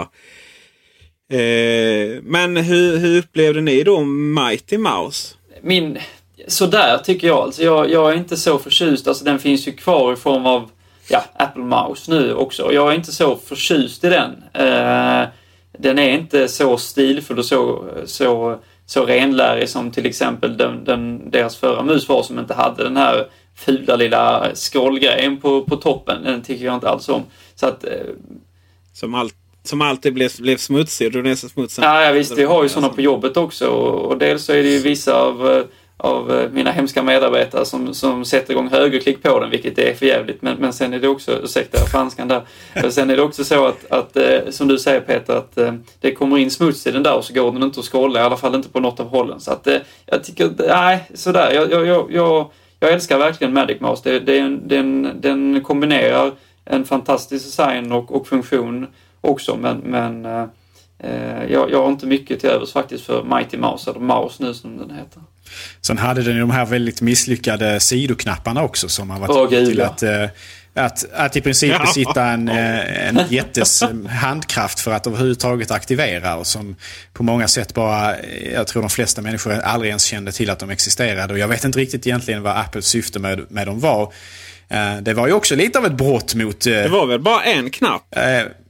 Eh, men hur, hur upplevde ni då Mighty Mouse? Min, så där tycker jag alltså. Jag, jag är inte så förtjust. Alltså den finns ju kvar i form av ja, Apple Mouse nu också. Jag är inte så förtjust i den. Eh, den är inte så stilfull och så, så, så renlärig som till exempel den, den, deras förra mus var, som inte hade den här fula lilla scrollgrejen på, på toppen. Den tycker jag inte alls om. Så att, eh, som, all, som alltid blev, blev smutsig. Du är så smutsig. Ja, ja, visst. Vi har ju sådana på jobbet också. Och, och dels så är det ju vissa av... av mina hemska medarbetare som, som sätter igång högerklick på den, vilket är för jävligt. Men, men sen är det också, ursäkta franskan där, sen är det också så att, att eh, som du säger Peter, att eh, det kommer in smuts i den där och så går den inte att skålla, i alla fall inte på något av hållen. Så att eh, jag tycker, nej, sådär. Jag, jag, jag, jag, jag älskar verkligen Magic Mouse. Det, det, den, den kombinerar en fantastisk design och, och funktion också, men, men eh, jag, jag har inte mycket till övers faktiskt för Mighty Mouse, eller Mouse nu som den heter. Sen hade den ju de här väldigt misslyckade sidoknapparna också som har varit oh, till att, att, att i princip ja. besitta en, en jättes handkraft för att överhuvudtaget aktivera, och som på många sätt bara, jag tror de flesta människor aldrig ens kände till att de existerade, och jag vet inte riktigt egentligen vad Apples syfte med, med dem var. Det var ju också lite av ett brott mot... Det var väl bara en knapp?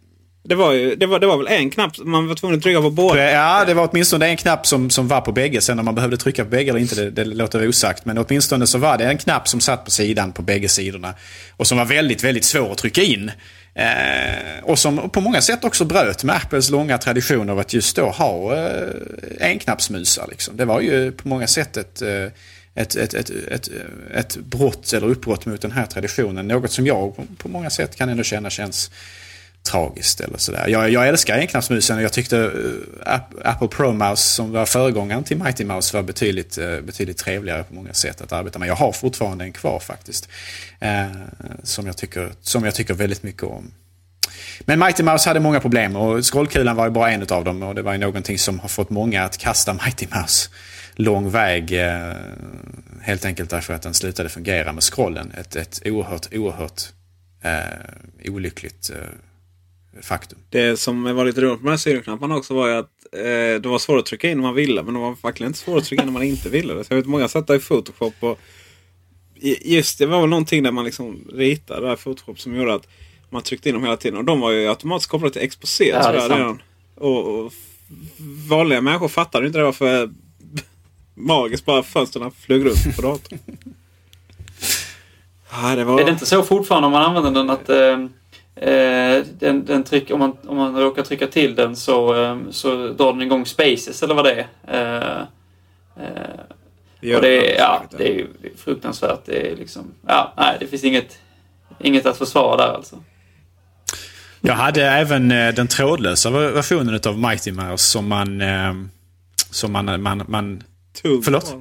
Det var ju det var, det var väl en knapp man var tvungen att trycka på båda. Ja, det var åtminstone en knapp som, som var på bägge. Sen om man behövde trycka på bägge eller inte, det, det låter väl osagt. Men åtminstone så var det en knapp som satt på sidan på bägge sidorna. Och som var väldigt, väldigt svår att trycka in. Eh, och som på många sätt också bröt med Apples långa tradition av att just då ha eh, enknappsmusar. Liksom. Det var ju på många sätt ett... Eh, Ett, ett, ett, ett, ett brott eller uppbrott mot den här traditionen. Något som jag på många sätt kan ändå känna känns tragiskt. Eller sådär. Jag, jag älskar enknappsmusen och jag tyckte uh, Apple Pro Mouse som var föregångaren till Mighty Mouse var betydligt, uh, betydligt trevligare på många sätt att arbeta med. Jag har fortfarande en kvar faktiskt. Uh, som, jag tycker, som jag tycker väldigt mycket om. Men Mighty Mouse hade många problem och scrollkulan var ju bara en av dem. Och det var ju någonting som har fått många att kasta Mighty Mouse lång väg, eh, helt enkelt därför att den slutade fungera med scrollen. Ett, ett oerhört, oerhört eh, olyckligt eh, faktum. Det som var lite roligt med de här syroknapparna också var ju att eh, det var svårt att trycka in när man ville, men det var faktiskt inte svårt att trycka in när man inte ville. Så jag vet många satt där i Photoshop och just det var väl någonting där man liksom ritade där i Photoshop som gjorde att man tryckte in dem hela tiden och de var ju automatiskt kopplade till Exposé. Ja, det är sant. Och, och vanliga människor fattade inte det var för magiskt bara fönsterna flög runt på datorn. Ja, det var... Är det inte så fortfarande om man använder den att eh, den, den tryck, om, man, om man råkar trycka till den så, eh, så drar den igång spaces eller vad det är. Eh, eh, och det, är, ja, det är ju fruktansvärt. Det är liksom, ja, nej, det finns inget, inget att försvara där alltså. Jag hade även eh, den trådlösa versionen av Mighty Mouse som man eh, som man, man, man förlåt?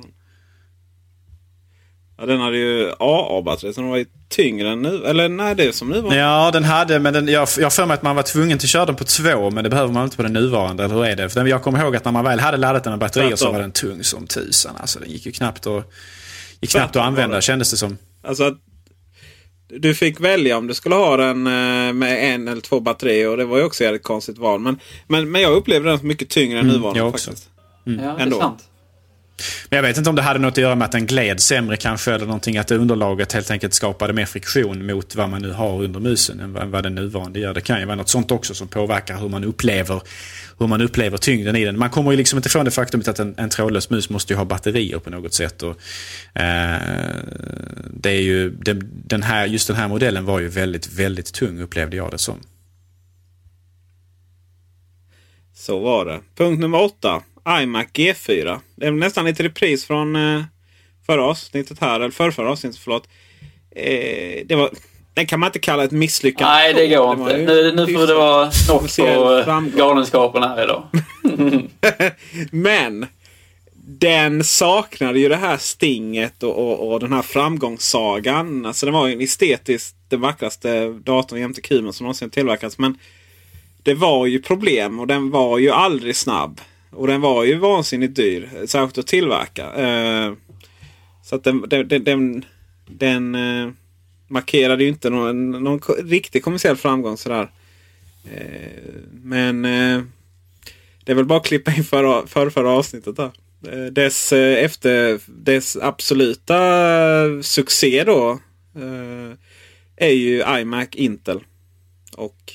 Ja, den hade ju A A-batteri så den var ju tyngre än nu. Eller nej, det är som nu var. Ja, den hade, men den, jag, jag för mig att man var tvungen till att köra den på två, men det behöver man inte på den nuvarande, eller hur är det? För jag kommer ihåg att när man väl hade laddat den med batterier så var den tung som tusan. Alltså den gick ju knappt att, gick knappt att använda, kändes det som. Alltså att du fick välja om du skulle ha den med en eller två batterier och det var ju också ett konstigt val. Men, men, men jag upplevde den mycket tyngre än nuvarande mm, också. faktiskt. Mm. Ja, det är sant. Men jag vet inte om det hade något att göra med att den gled sämre kanske eller någonting, att underlaget helt enkelt skapade mer friktion mot vad man nu har under musen än vad den nuvarande gör. Det kan ju vara något sånt också som påverkar hur man upplever hur man upplever tyngden i den. Man kommer ju liksom inte ifrån det faktumet att en, en trådlös mus måste ju ha batterier på något sätt och eh, det är ju den, den här, just den här modellen var ju väldigt, väldigt tung upplevde jag det som. Så var det. Punkt nummer åtta. iMac G fyra. Det är nästan lite repris från eh, förra avsnittet här. Eller förra, förra avsnittet, förlåt. Eh, det var... Den kan man inte kalla ett misslyckat. Nej, det går inte. Nu, nu får det vara snopp på galenskapen här idag. Men den saknade ju det här stinget och, och, och den här framgångssagan. Alltså den var ju estetiskt den vackraste datorn jämte kuben som någonsin tillverkats. Men det var ju problem och den var ju aldrig snabb. Och den var ju vansinnigt dyr. Särskilt att tillverka. Eh, så att den... den, den, den, den eh, markerade ju inte någon, någon riktig kommersiell framgång sådär. Eh, men eh, det är väl bara att klippa in för, för förra avsnittet där. Eh, dess, eh, efter dess absoluta succé då eh, är ju iMac Intel. Och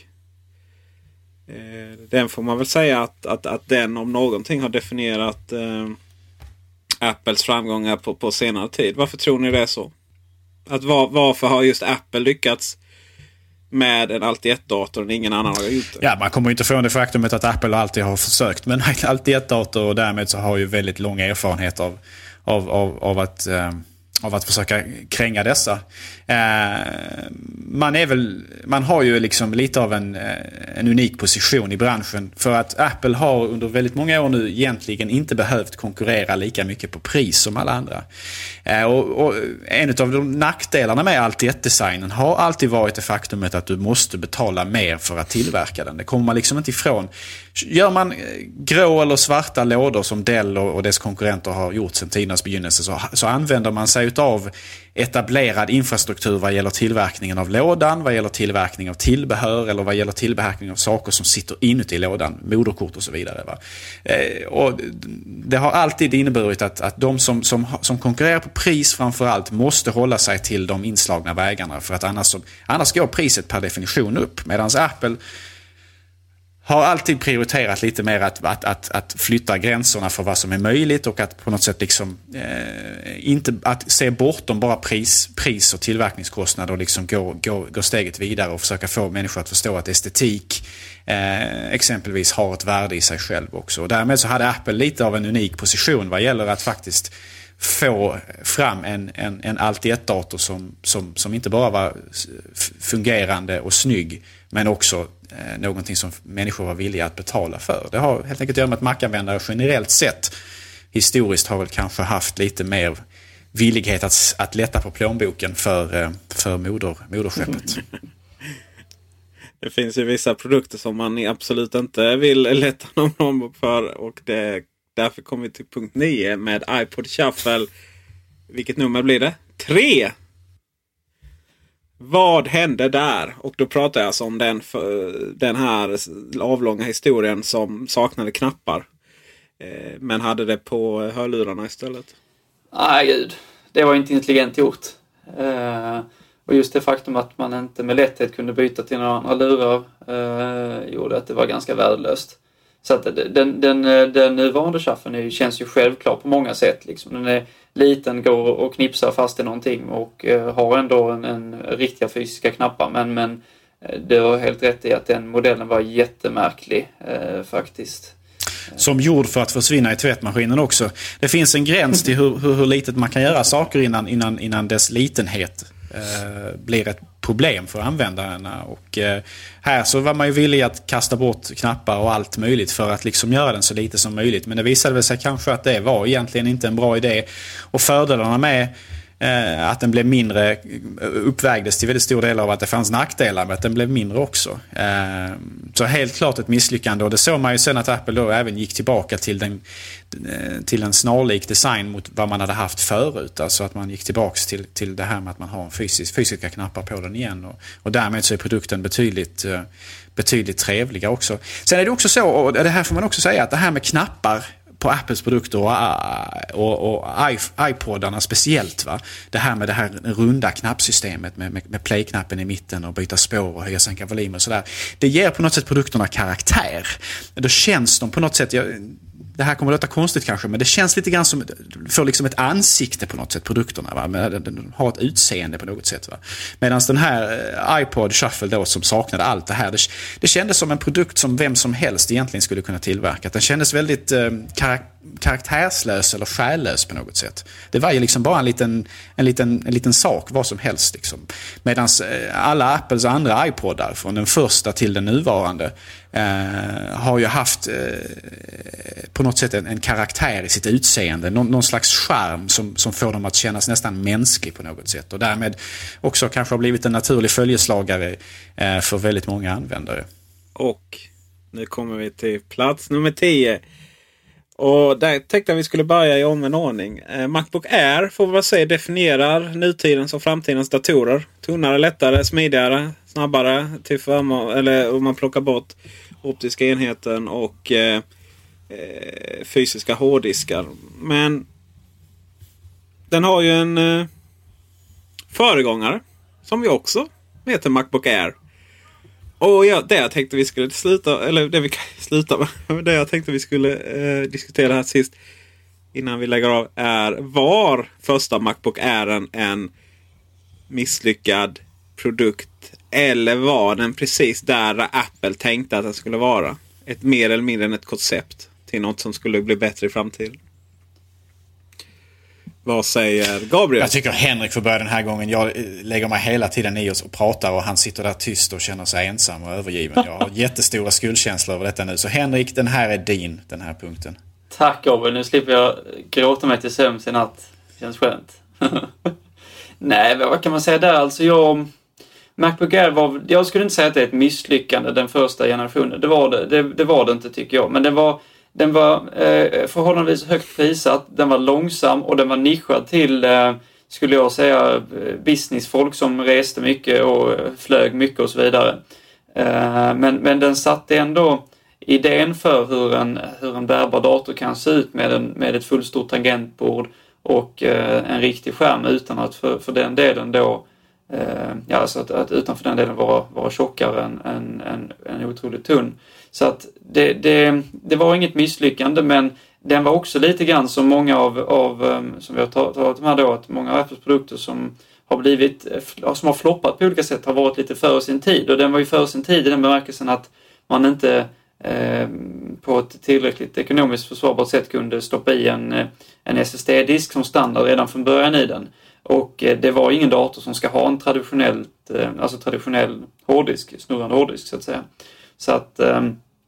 eh, den får man väl säga att, att, att den om någonting har definierat eh, Apples framgångar på, på senare tid. Varför tror ni det är så? Att var, varför har just Apple lyckats med en Alti ett-dator och ingen annan har gjort det? Ja, man kommer ju inte från det faktumet att Apple alltid har försökt med en Alti ett-dator och därmed så har ju väldigt lång erfarenhet av, av, av, av, att, eh, av att försöka kränga dessa. Eh, man, är väl, man har ju liksom lite av en, en unik position i branschen för att Apple har under väldigt många år nu egentligen inte behövt konkurrera lika mycket på pris som alla andra. Eh, och, och en av de nackdelarna med Alti ett-designen har alltid varit det faktumet att du måste betala mer för att tillverka den. Det kommer man liksom inte ifrån. Gör man grå eller svarta lådor som Dell och, och dess konkurrenter har gjort sedan tidernas begynnelse så, så använder man sig av etablerad infrastruktur vad gäller tillverkningen av lådan, vad gäller tillverkning av tillbehör eller vad gäller tillverkning av saker som sitter inuti lådan, moderkort och så vidare. Va? Eh, och det har alltid inneburit att, att de som, som, som konkurrerar på pris framförallt måste hålla sig till de inslagna vägarna för att annars, annars går priset per definition upp. Medan Apple har alltid prioriterat lite mer att, att, att, att flytta gränserna för vad som är möjligt och att på något sätt liksom eh, inte att se bortom bara pris, pris och tillverkningskostnader och liksom gå, gå, gå steget vidare och försöka få människor att förstå att estetik eh, exempelvis har ett värde i sig själv också. Och därmed så hade Apple lite av en unik position vad gäller att faktiskt få fram en, en, en allt i ett dator som, som, som inte bara var fungerande och snygg men också eh, någonting som människor var villiga att betala för. Det har helt enkelt att göra med att Mac-användare generellt sett historiskt har väl kanske haft lite mer villighet att, att lätta på plånboken för, eh, för moder, moderskeppet. Det finns ju vissa produkter som man absolut inte vill lätta någon plånbok för och det därför kommer vi till punkt nio med iPod Shuffle. Vilket nummer blir det? Tre! Vad hände där? Och då pratar jag alltså om den, den här avlånga historien som saknade knappar. Eh, men hade det på hörlurarna istället. Nej, gud. Det var inte intelligent gjort. Eh, och just det faktum att man inte med lätthet kunde byta till några andra lurar eh, gjorde att det var ganska värdelöst. Så att den, den, den nuvarande shufflen känns ju självklar på många sätt. Liksom. Den är liten, går och knipsar fast i någonting och uh, har ändå en, en riktiga fysiska knappar. Men, men det var helt rätt i att den modellen var jättemärklig uh, faktiskt. Som gjord för att försvinna i tvättmaskinen också. Det finns en gräns till hur, hur, hur litet man kan göra saker innan, innan, innan dess litenhet uh, blir ett problem för användarna och eh, här så var man ju villig att kasta bort knappar och allt möjligt för att liksom göra den så lite som möjligt, men det visade väl sig kanske att det var egentligen inte en bra idé och fördelarna med eh, att den blev mindre uppvägdes till väldigt stor del av att det fanns nackdelar med att den blev mindre också. Eh, så helt klart ett misslyckande och det såg man ju sen att Apple då även gick tillbaka till den till en snarlik design mot vad man hade haft förut. Alltså att man gick tillbaks till, till det här med att man har en fysisk, fysiska knappar på den igen. Och, och därmed så är produkten betydligt, betydligt trevligare också. Sen är det också så, och det här får man också säga, att det här med knappar på Apples produkter och, och, och iPodarna speciellt, va? Det här med det här runda knappsystemet med, med, med play-knappen i mitten och byta spår och höja sänka volym och sådär. Det ger på något sätt produkterna karaktär. Då känns de på något sätt... Jag, det här kommer att låta konstigt kanske, men det känns lite grann som får liksom ett ansikte på något sätt, produkterna, va? Den har ett utseende på något sätt, va? Medan den här iPod Shuffle då som saknade allt det här, det, det kändes som en produkt som vem som helst egentligen skulle kunna tillverka. Den kändes väldigt eh, karak- karaktärslös eller själlös på något sätt. Det var ju liksom bara en liten, en liten, en liten sak, vad som helst liksom. Medan eh, alla Apples andra iPodar från den första till den nuvarande Uh, har ju haft uh, på något sätt en, en karaktär i sitt utseende, Nå- någon slags charm som, som får dem att kännas nästan mänsklig på något sätt och därmed också kanske har blivit en naturlig följeslagare uh, för väldigt många användare. Och nu kommer vi till plats nummer tio och där tänkte jag vi skulle börja i omvänd ordning. uh, MacBook Air får vi väl säga definierar nutidens och framtidens datorer. Tunnare, lättare, smidigare, snabbare till förmån, eller om man plockar bort optiska enheten och eh, fysiska hårddiskar. Men den har ju en eh, föregångare som vi också heter MacBook Air. Och ja, det jag tänkte vi skulle sluta, eller det vi kan sluta med, det jag tänkte vi skulle eh, diskutera här sist innan vi lägger av är, var första MacBook Air en misslyckad produkt eller var den precis där Apple tänkte att den skulle vara? Ett mer eller mindre än ett koncept till något som skulle bli bättre i framtiden. Vad säger Gabriel? Jag tycker Henrik får börja den här gången. Jag lägger mig hela tiden i oss och pratar och han sitter där tyst och känner sig ensam och övergiven. Jag har jättestora skuldkänslor över detta nu. Så Henrik, den här är din, den här punkten. Tack Gabriel, nu slipper jag gråta mig till sömns i natt. Känns skönt. Nej, vad kan man säga där? Alltså jag... MacBook Air var, jag skulle inte säga att det är ett misslyckande den första generationen. Det var det, det, det, var det inte tycker jag. Men den var, den var eh, förhållandevis högt prissatt. Den var långsam och den var nischad till, eh, skulle jag säga, businessfolk som reste mycket och flög mycket och så vidare. Eh, men, men den satte ändå idén för hur en, hur en bärbar dator kan se ut med, en, med ett fullstort tangentbord och eh, en riktig skärm utan att för, för den delen då eh, ja, alltså att, att utanför den delen vara, vara tjockare än, än, än, än otroligt tunn. Så att det, det, det var inget misslyckande, men den var också lite grann som många av, av som vi har talat om här då, att många av Apples produkter som har blivit, som har floppat på olika sätt har varit lite före sin tid. Och den var ju före sin tid i den bemärkelsen att man inte eh, på ett tillräckligt ekonomiskt försvarbart sätt kunde stoppa i en, en S S D-disk som standard redan från början i den. Och eh, det var ingen dator som ska ha en traditionellt, eh, alltså traditionell hårddisk, snurrande hårddisk så att säga. Så att eh,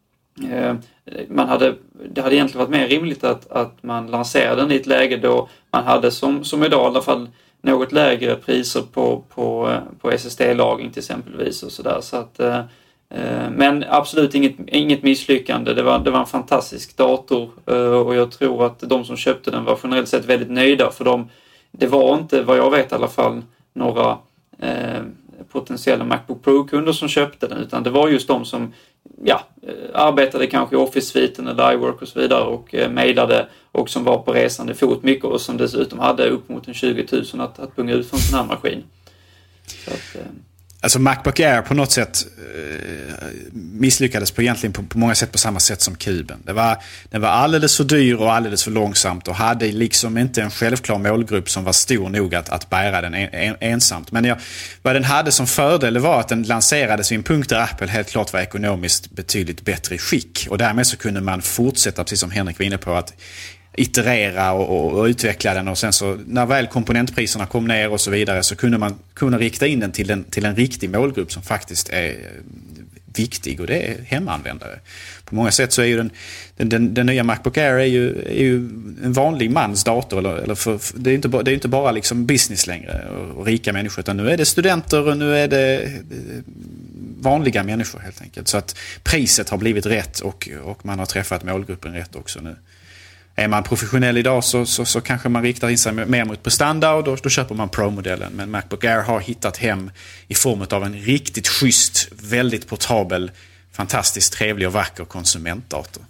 man hade, det hade egentligen varit mer rimligt att, att man lanserade den i ett läge då man hade som, som idag i alla fall något lägre priser på, på, på S S D-lagring till exempelvis och sådär. Så att, eh, men absolut inget, inget misslyckande. Det var, det var en fantastisk dator eh, och jag tror att de som köpte den var generellt sett väldigt nöjda, för de, det var inte, vad jag vet i alla fall, några eh, potentiella MacBook Pro-kunder som köpte den, utan det var just de som ja, arbetade kanske i Office-sviten eller iWork och så vidare och eh, mejlade och som var på resande fot mycket och som dessutom hade upp mot en tjugo tusen att, att punga ut från en sån här maskin. Så att, eh, Alltså Macbook Air på något sätt eh, misslyckades på egentligen på, på många sätt på samma sätt som kuben. Det var, den var alldeles för dyr och alldeles för långsamt och hade liksom inte en självklar målgrupp som var stor nog att, att bära den en, en, ensamt. Men jag, vad den hade som fördel var att den lanserades vid en punkt där Apple helt klart var ekonomiskt betydligt bättre i skick. Och därmed så kunde man fortsätta, precis som Henrik var inne på, att iterera och, och, och utveckla den, och sen så när väl komponentpriserna kom ner och så vidare så kunde man kunna rikta in den till en, till en riktig målgrupp som faktiskt är viktig, och det är hemmaanvändare. På många sätt så är ju den, den, den, den nya Macbook Air är ju, är ju en vanlig mans dator, eller, eller för, för, det är inte bara, det är inte bara liksom business längre och, och rika människor, utan nu är det studenter och nu är det vanliga människor helt enkelt. Så att priset har blivit rätt och, och man har träffat målgruppen rätt också nu. Är man professionell idag så, så, så kanske man riktar in sig mer mot på standard och då, då köper man Pro-modellen. Men Macbook Air har hittat hem i form av en riktigt schysst, väldigt portabel, fantastiskt trevlig och vacker konsumentdator.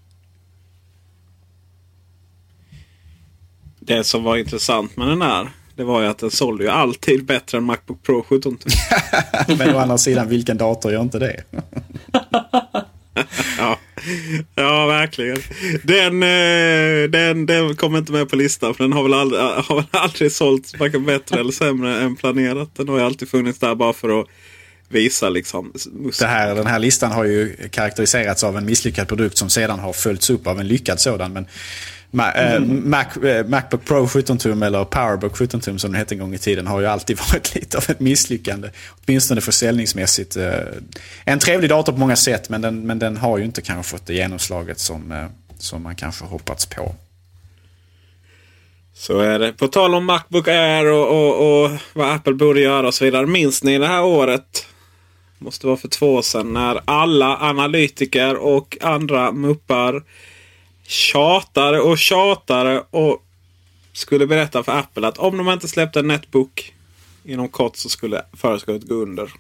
Det som var intressant med den här, det var ju att den sålde ju alltid bättre än Macbook Pro sjutton. Men å andra sidan, vilken dator gör inte det? Ja. Ja, verkligen. Den, den, den kommer inte med på listan, för den har väl aldrig, har väl aldrig sålt varken bättre eller sämre än planerat. Den har ju alltid funnits där bara för att visa liksom. Det här, den här listan har ju karaktäriserats av en misslyckad produkt som sedan har följts upp av en lyckad sådan, men Ma- mm. Mac, Macbook Pro sjutton tum eller Powerbook sjutton tum som den hette en gång i tiden har ju alltid varit lite av ett misslyckande, åtminstone försäljningsmässigt. En trevlig dator på många sätt, men den, men den har ju inte kanske fått det genomslaget som, som man kanske hoppats på. Så är det. På tal om Macbook Air och, och, och vad Apple borde göra och så vidare. Minns ni det här året? Måste vara för två år sedan, när alla analytiker och andra muppar tjatade och tjatade och skulle berätta för Apple att om de inte släppte en netbook inom kort så skulle företaget gå under.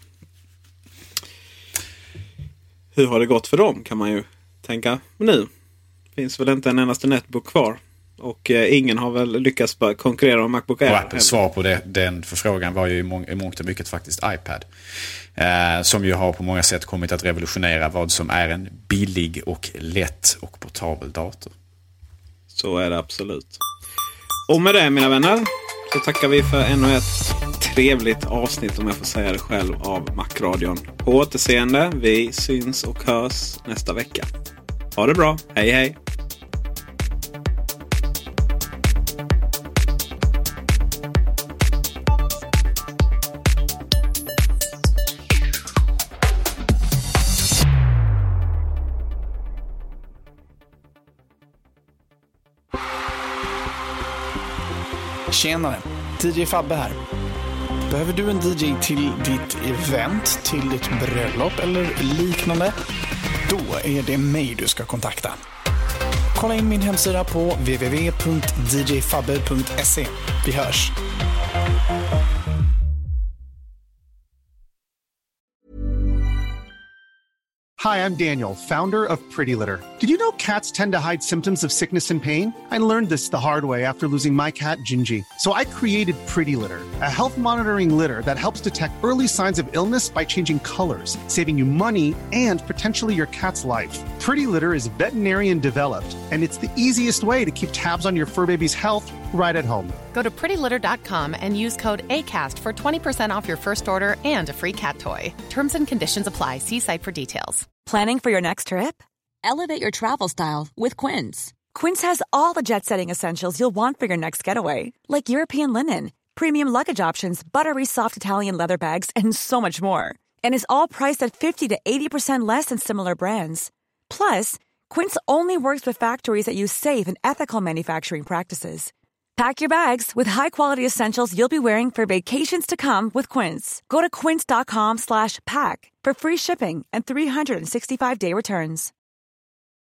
Hur har det gått för dem, kan man ju tänka nu. Finns väl inte en endaste netbook kvar. Och eh, ingen har väl lyckats bara konkurrera med Macbook Air. Och Apples svar på det, den förfrågan var ju i, mång, i mångt och mycket faktiskt iPad. Eh, som ju har på många sätt kommit att revolutionera vad som är en billig och lätt och portabel dator. Så är det absolut. Och med det, mina vänner, så tackar vi för ännu ett trevligt avsnitt, om jag får säga det själv, av Macradion. På återseende, vi syns och hörs nästa vecka. Ha det bra, hej hej! Tjenare, D J Fabbe här. Behöver du en D J till ditt event, till ditt bröllop eller liknande? Då är det mig du ska kontakta. Kolla in min hemsida på w w w punkt d j fabbe punkt se. Vi hörs! Hi, I'm Daniel, founder of Pretty Litter. Did you know cats tend to hide symptoms of sickness and pain? I learned this the hard way after losing my cat, Gingy. So I created Pretty Litter, a health monitoring litter that helps detect early signs of illness by changing colors, saving you money and potentially your cat's life. Pretty Litter is veterinarian developed, and it's the easiest way to keep tabs on your fur baby's health right at home. Go to pretty litter dot com and use code ACAST for twenty percent off your first order and a free cat toy. Terms and conditions apply. See site for details. Planning for your next trip? Elevate your travel style with Quince. Quince has all the jet-setting essentials you'll want for your next getaway, like European linen, premium luggage options, buttery soft Italian leather bags, and so much more. And is all priced at fifty to eighty percent less than similar brands. Plus, Quince only works with factories that use safe and ethical manufacturing practices. Pack your bags with high-quality essentials you'll be wearing for vacations to come with Quince. Go to quince dot com slash pack for free shipping and three sixty-five day returns.